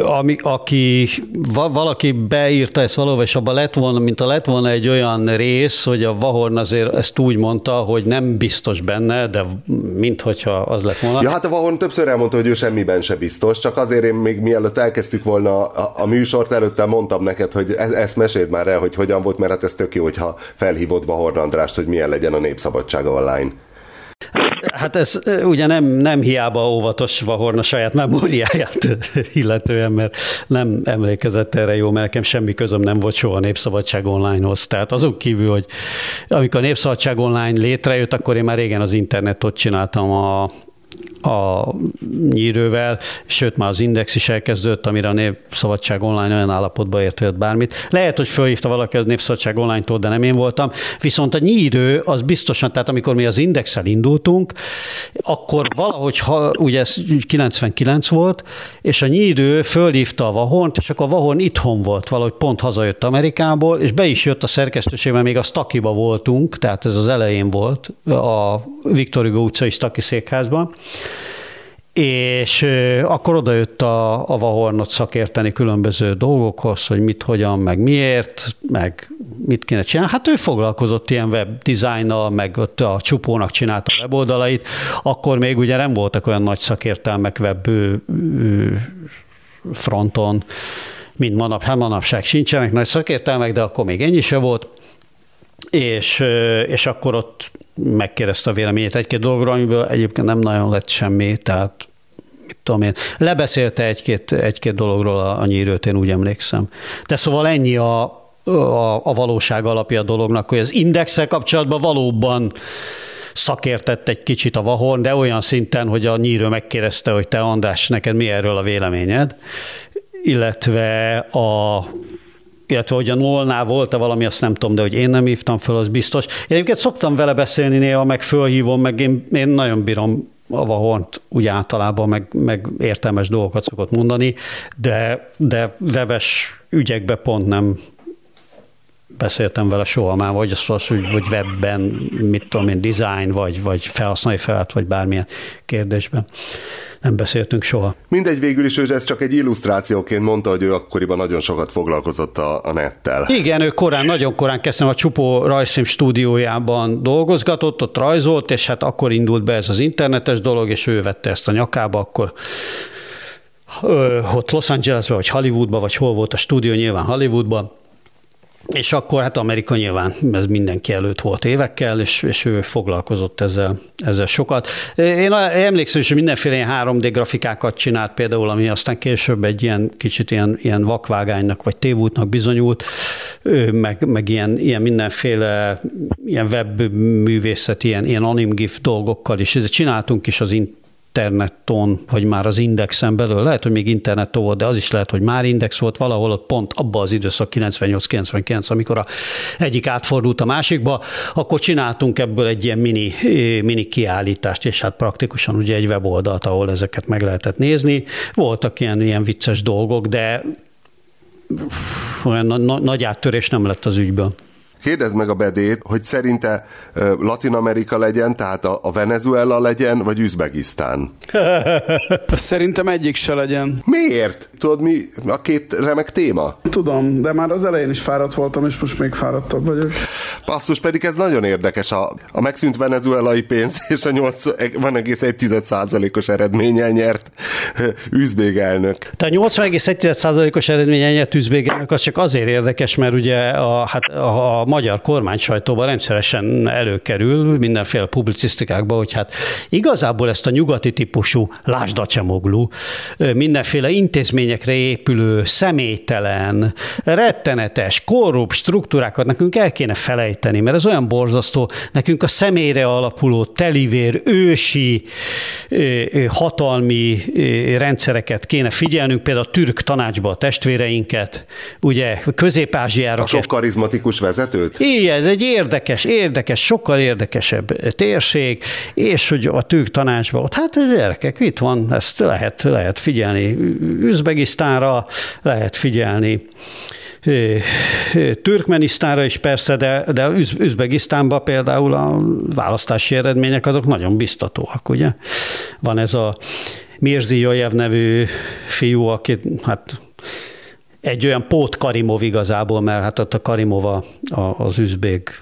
B: valaki beírta ezt valahol, és abban lett volna egy olyan rész, hogy a Vahorn azért ezt úgy mondta, hogy nem biztos benne, de minthogyha az lett volna.
A: Ja, hát a Vahorn többször elmondta, hogy ő semmiben se biztos, csak azért én még mielőtt elkezdtük volna a műsort, előtte mondtam neked, hogy ezt meséld már el, hogy hogyan volt, mert hát ez tök jó, hogyha felhívod Vahorn Andrást, hogy milyen legyen a Népszabadság online.
B: Hát ez ugye nem hiába óvatos Vahorn a saját memóriáját illetően, mert nem emlékezett erre jó, mert nekem semmi közöm nem volt soha a Népszabadság online-hoz. Tehát azon kívül, hogy amikor a Népszabadság online létrejött, akkor én már régen az internetot csináltam a Nyírővel, sőt már az Index is elkezdődött, amire a Népszabadság Online olyan állapotba ért bármit. Lehet, hogy fölhívta valaki az Népszabadság Online-tól, de nem én voltam. Viszont a Nyírő az biztosan, tehát amikor mi az Indexel indultunk, akkor valahogy, ugye ez 99 volt, és a Nyírő fölhívta a Vahornt, és akkor a Vahorn itthon volt, valahogy pont hazajött Amerikából, és be is jött a szerkesztőségben, még a Stakiba voltunk, tehát ez az elején volt, a Viktor Hugo utcai Staki székházban, és akkor odajött a Vahornot szakérteni különböző dolgokhoz, hogy mit, hogyan, meg miért, meg mit kéne csinálni. Hát ő foglalkozott ilyen webdesignnal, meg ott a Csupónak csinálta a weboldalait, akkor még ugye nem voltak olyan nagy szakértelmek web fronton, mint manapság sincsenek nagy szakértelmek, de akkor még ennyi se volt, és akkor ott megkérdezte a véleményét egy-két dologról, amiből egyébként nem nagyon lett semmi, tehát mit tudom én, lebeszélte egy-két dologról a Nyírőt, én úgy emlékszem. De szóval ennyi a valóság alapja a dolognak, hogy az Indexsel kapcsolatban valóban szakértett egy kicsit a Vahorn, de olyan szinten, hogy a Nyírő megkérdezte, hogy te András, neked mi erről a véleményed, illetve hogy a NOL-nál volt-e valami, azt nem tudom, de hogy én nem hívtam föl, az biztos. Én egyébként szoktam vele beszélni néha, meg fölhívom, meg én nagyon bírom a Vahornt úgy általában, meg értelmes dolgokat szokott mondani, de webes ügyekben pont nem beszéltem vele soha már, vagy az, hogy webben, mit tudom én, design, vagy felhasználói felület, vagy bármilyen kérdésben. Nem beszéltünk soha.
A: Mindegy, végül is ő ez csak egy illusztrációként mondta, hogy ő akkoriban nagyon sokat foglalkozott a nettel.
B: Igen, ő nagyon korán kezdtem a Csupó rajzfilm stúdiójában dolgozgatott, ott rajzolt, és hát akkor indult be ez az internetes dolog, és ő vette ezt a nyakába, akkor ott Los Angelesben, vagy Hollywoodban, vagy hol volt a stúdió, nyilván Hollywoodban, és akkor hát Amerika nyilván ez mindenki előtt volt évekkel, és ő foglalkozott ezzel sokat. Én emlékszem is, hogy mindenféle ilyen 3D grafikákat csinált például, ami aztán később egy ilyen kicsit ilyen vakvágánynak vagy tévútnak bizonyult, meg ilyen mindenféle ilyen webművészeti, ilyen animgif dolgokkal is. Csináltunk is az interneton, vagy már az Indexen belül, lehet, hogy még interneton volt, de az is lehet, hogy már Index volt valahol ott pont abban az időszak 98-99, amikor egyik átfordult a másikba, akkor csináltunk ebből egy ilyen mini kiállítást, és hát praktikusan ugye egy weboldalt, ahol ezeket meg lehetett nézni. Voltak ilyen vicces dolgok, de olyan nagy áttörés nem lett az ügyből.
A: Kérdezd meg a Bedét, hogy szerinte Latin Amerika legyen, tehát a Venezuela legyen, vagy Üzbegisztán?
C: Szerintem egyik se legyen.
A: Miért? Tudod, mi a két remek téma?
C: Tudom, de már az elején is fáradt voltam, és most még fáradtabb vagyok.
A: Basszus, pedig ez nagyon érdekes. A megszűnt venezuelai pénz és a 80,1%-os eredménnyel nyert üzbég elnök.
B: Tehát 80,1%-os eredménnyel nyert üzbég elnök, az csak azért érdekes, mert ugye a magyar kormány sajtóban rendszeresen előkerül mindenféle publicisztikákban, hogy hát igazából ezt a nyugati típusú, lásd Acemoglu, mindenféle intézményekre épülő, személytelen, rettenetes, korrupt struktúrákat nekünk el kéne felejteni, mert ez olyan borzasztó, nekünk a személyre alapuló, telivér, ősi, hatalmi rendszereket kéne figyelnünk, például a türk tanácsba a testvéreinket, ugye Közép-Ázsiára.
A: A sok karizmatikus vezetőt?
B: Igen, ez egy érdekes, sokkal érdekesebb térség, és hogy a türk tanácsban ott, hát ez gyerekek, itt van, ezt lehet figyelni Üzbegisztánra, lehet figyelni Türkmenisztánra is persze, de Üzbegisztánban például a választási eredmények azok nagyon biztatóak, ugye? Van ez a Mirziyoyev nevű fiú, aki hát egy olyan pót Karimov igazából, mert hát ott a Karimov az üzbég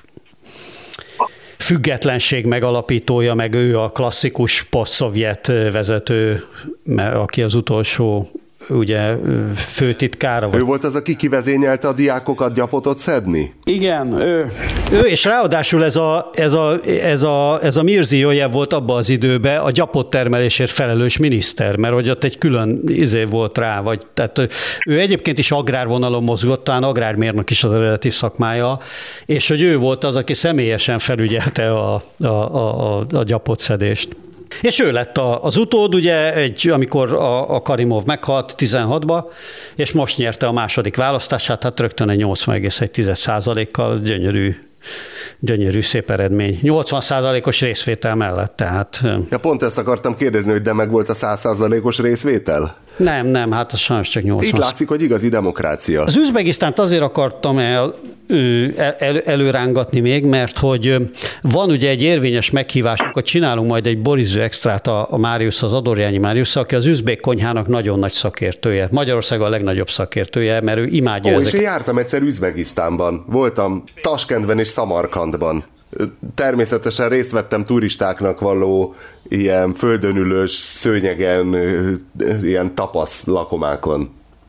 B: függetlenség megalapítója, meg ő a klasszikus posztszovjet vezető, aki az utolsó ugye főtitkára.
A: Ő volt az, aki kivezényelte a diákokat gyapotot szedni?
C: Igen, ő.
B: Ő, és ráadásul ez a Mirziyoyev volt abban az időben a gyapottermelésért felelős miniszter, mert hogy ott egy külön volt rá, vagy tehát ő egyébként is agrárvonalon mozgott, talán agrármérnök is az eredeti szakmája, és hogy ő volt az, aki személyesen felügyelte a gyapotszedést. És ő lett az utód, ugye, amikor a Karimov meghalt 16-ba, és most nyerte a második választását, hát rögtön egy 80,1%-kal gyönyörű, szép eredmény. 80%-os részvétel mellett, tehát...
A: Ja, pont ezt akartam kérdezni, hogy de meg volt a 100%-os részvétel?
B: Nem, hát az sajnos csak 80.
A: Itt látszik, hogy igazi demokrácia.
B: Az Üzbegisztánt azért akartam előrángatni még, mert hogy van ugye egy érvényes meghívás, akkor csinálunk majd egy boriző extrát a Máriusz, az Adorjányi Máriusz, aki az üzbék konyhának nagyon nagy szakértője. Magyarország a legnagyobb szakértője, mert ő imádja ezeket.
A: És én jártam egyszer Üzbegisztánban. Voltam Taskentben és Szamarkandban. Természetesen részt vettem turistáknak való ilyen földönülős szőnyegen, ilyen tapasz lakomákon.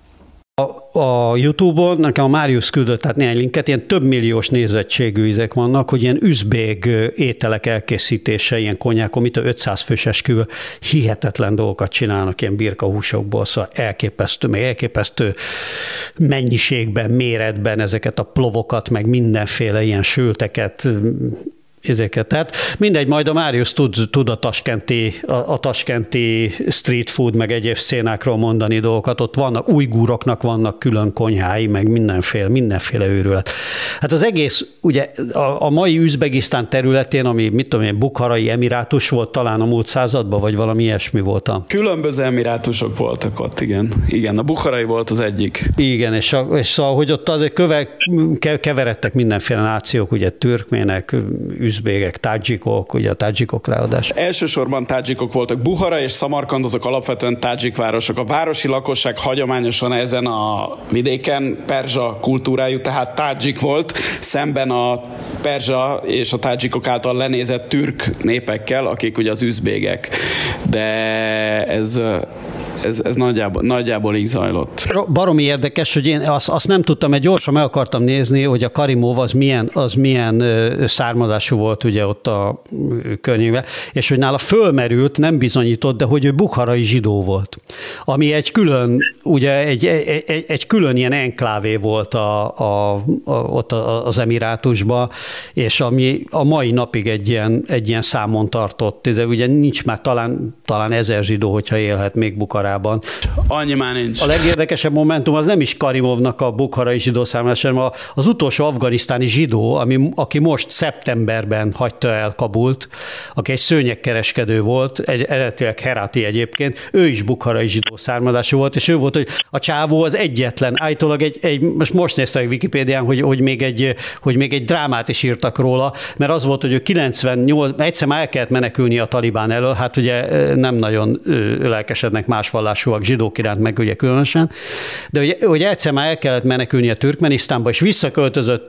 B: A YouTube-on nekem a Máriusz küldött tehát néhány linket, ilyen több milliós nézettségű ízek vannak, hogy ilyen üzbég ételek elkészítése, ilyen konyhákon, mint a 500 fős esküvő, hihetetlen dolgokat csinálnak ilyen birkahúsokból, szóval elképesztő mennyiségben, méretben ezeket a plovokat, meg mindenféle ilyen sülteket, ezeket. Tehát mindegy, majd a Máriusz tud a taskenti street food, meg egyéb szénákról mondani dolgokat. Ott vannak, ujguroknak vannak külön konyhái, meg mindenféle őrület. Hát az egész, ugye a mai Üzbegisztán területén, ami mit tudom én, Bukharai emirátus volt talán a múlt században, vagy valami ilyesmi volt.
C: Különböző emirátusok voltak ott, igen. A Bukharai volt az egyik.
B: Igen, és szóval, hogy ott azért keveredtek mindenféle nációk, ugye türkmének, üzbégek, tádzsikok, ugye a tádzsikok ráadásul.
C: Elsősorban tádzsikok voltak. Buhara és Szamarkand azok alapvetően tádzsik városok. A városi lakosság hagyományosan ezen a vidéken perzsa kultúrájú, tehát tádzsik volt, szemben a perzsa és a tádzsikok által lenézett türk népekkel, akik ugye az üzbégek. De ez nagyjából így zajlott.
B: Baromi érdekes, hogy én azt nem tudtam, mert gyorsan meg akartam nézni, hogy a Karimov az milyen származású volt ugye ott a környékben, és hogy nála fölmerült, nem bizonyított, de hogy ő bukharai zsidó volt. Ami egy külön, ugye egy külön ilyen enklávé volt ott az emirátusban, és ami a mai napig egy ilyen számon tartott, de ugye nincs már talán 1000 zsidó, hogyha élhet még Bukharában.
C: Annyi már nincs.
B: A legérdekesebb momentum az nem is Karimovnak a bukharai zsidó számlás, hanem az utolsó afganisztáni zsidó, aki most szeptemberben hagyta el Kabult, aki egy szőnyegkereskedő volt, eredetileg Herati egyébként, ő is bukharai zsidó származású volt, és ő volt, hogy a csávó az egyetlen, állítólag most néztem Wikipédián, hogy még egy drámát is írtak róla, mert az volt, hogy ő 98, egyszer már el kellett menekülni a Talibán elől, hát ugye nem nagyon lelkesednek más vallásúak zsidók iránt, meg ugye különösen, de hogy egyszer már el kellett menekülni a Türkmenisztánba, és visszaköltözött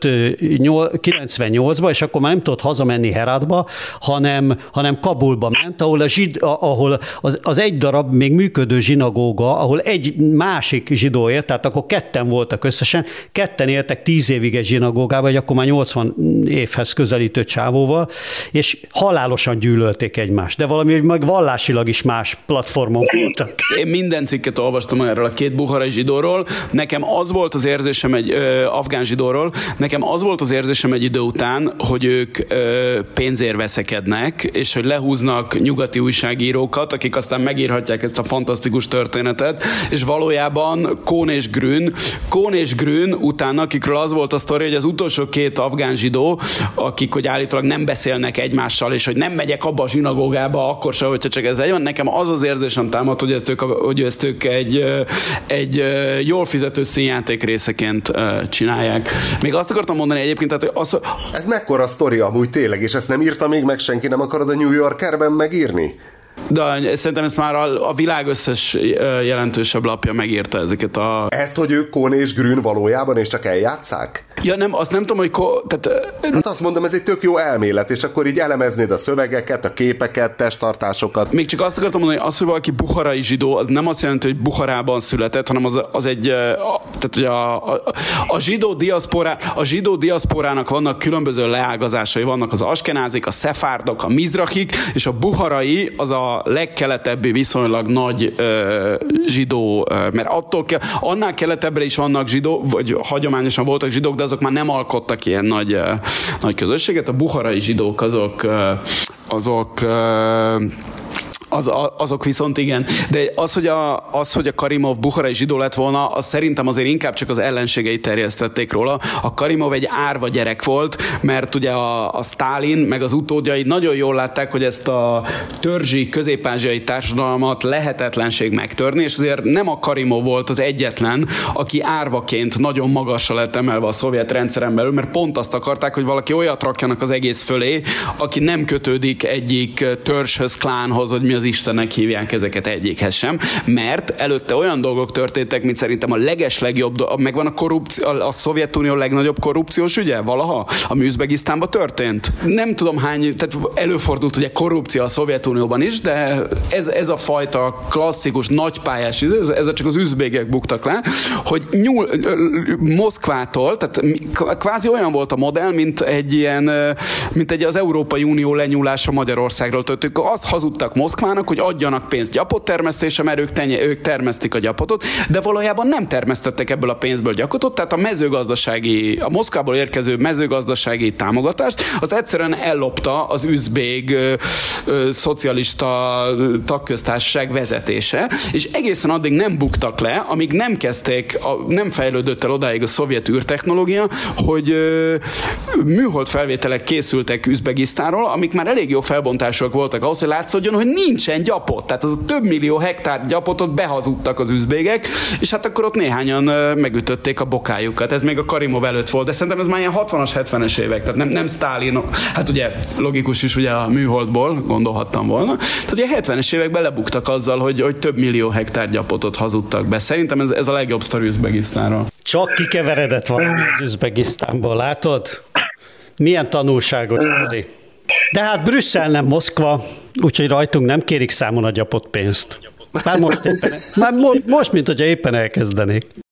B: 98-ba, és akkor már nem tudott hazamenni Heratba, hanem Kabulba ment, ahol az egy darab még működő zsinagóga, ahol egy másik zsidó élt, tehát akkor ketten voltak összesen, ketten éltek 10 évig egy zsinagógában, vagy akkor már 80 évhez közelítő csávóval, és halálosan gyűlölték egymást, de valami meg vallásilag is más platformon voltak.
C: Én minden cikket olvastam erről a két bukharai zsidóról. Nekem az volt az érzésem afgán zsidóról, nekem az volt az érzésem egy idő után, hogy ők pénzért veszekednek, és hogy lehúznak nyugati újságírókat, akik aztán megírhatják ezt a fantasztikus történetet, és valójában Kohn és Grün után, akikről az volt a sztori, hogy az utolsó két afgán zsidó, akik hogy állítólag nem beszélnek egymással, és hogy nem megyek abba a zsinagógába, akkor se, hogyha csak ez van. Nekem az az érzésem támad, hogy ezt ők egy jól fizető színjáték részeként csinálják. Még azt akartam mondani egyébként, tehát,
A: Ez mekkora sztori amúgy tényleg, és ezt nem írta még meg senki, nem akarod a New Yorkerben megírni?
C: De szerintem ezt már a világ összes jelentősebb lapja megírta ezeket a...
A: Ezt, hogy ők Kohn és Grün valójában, és csak eljátszák?
C: Ja, nem, azt nem tudom, hogy...
A: Hát azt mondom, ez egy tök jó elmélet, és akkor így elemeznéd a szövegeket, a képeket, testtartásokat.
C: Még csak azt akartam mondani, hogy az, hogy valaki bukharai zsidó, az nem azt jelenti, hogy Bukharában született, hanem az egy... Tehát, hogy a zsidó diaszporának vannak különböző leágazásai, vannak az askenázik, a szefárdok, a mizrahik, és a bukharai az a legkeletebbi viszonylag nagy zsidó, mert annál keletebbre is vannak zsidó, vagy hagyományosan voltak zsidók, de azok már nem alkottak ilyen nagy közösséget. A bukharai zsidók azok Azok viszont igen. De az, hogy a Karimov buharai zsidó lett volna, az szerintem azért inkább csak az ellenségei terjesztették róla. A Karimov egy árva gyerek volt, mert ugye a Sztálin, meg az utódjai nagyon jól látták, hogy ezt a törzsi közép-ázsiai társadalmat lehetetlenség megtörni, és azért nem a Karimov volt az egyetlen, aki árvaként nagyon magasra lett emelve a szovjet rendszeren belül, mert pont azt akarták, hogy valaki olyat rakjanak az egész fölé, aki nem kötődik egyik törzshöz, klánhoz, hogy mi az Istennek hívják ezeket, egyikhez sem, mert előtte olyan dolgok történtek, mint szerintem a legeslegjobb, megvan a korrupció, a Szovjetunió legnagyobb korrupciós ügye valaha, ami Üzbegisztánban történt. Nem tudom hány, tehát előfordult ugye korrupció a Szovjetunióban is, de ez a fajta klasszikus nagypályás, ez csak az üzbégek buktak le, hogy Moszkvától, tehát kvázi olyan volt a modell, mint egy az Európai Unió lenyúlása Magyarországról. Tehát ők azt hazudtak Moszkvának, hogy adjanak pénzt gyapottermesztésre, mert ők termesztik a gyapotot, de valójában nem termesztettek ebből a pénzből gyapotot, tehát a Moszkvából érkező mezőgazdasági támogatást, az egyszerűen ellopta az üzbég szocialista tagköztársaság vezetése, és egészen addig nem buktak le, amíg nem fejlődött el odáig a szovjet űrtechnológia, hogy műhold felvételek készültek Üzbegisztánról, amik már elég jó felbontások voltak ahhoz, hogy látszódjon, hogy nincsen gyapot. Tehát az a több millió hektár gyapotot behazudtak az üzbégek, és hát akkor ott néhányan megütötték a bokájukat. Ez még a Karimov előtt volt, de szerintem ez már ilyen 60-as, 70-es évek, tehát nem Sztálin, hát ugye logikus is ugye a műholdból, gondolhattam volna. Tehát ugye a 70-es években lebuktak azzal, hogy több millió hektár gyapotot hazudtak be. Szerintem ez a legjobb sztori Üzbegisztánról.
B: Csak kikeveredett valami az Üzbegisztánból, látod? Milyen tanulságos sztori. De hát Brüsszel nem Moszkva, úgyhogy rajtunk nem kérik számon a gyapott pénzt. Már most, mint hogyha éppen elkezdenék.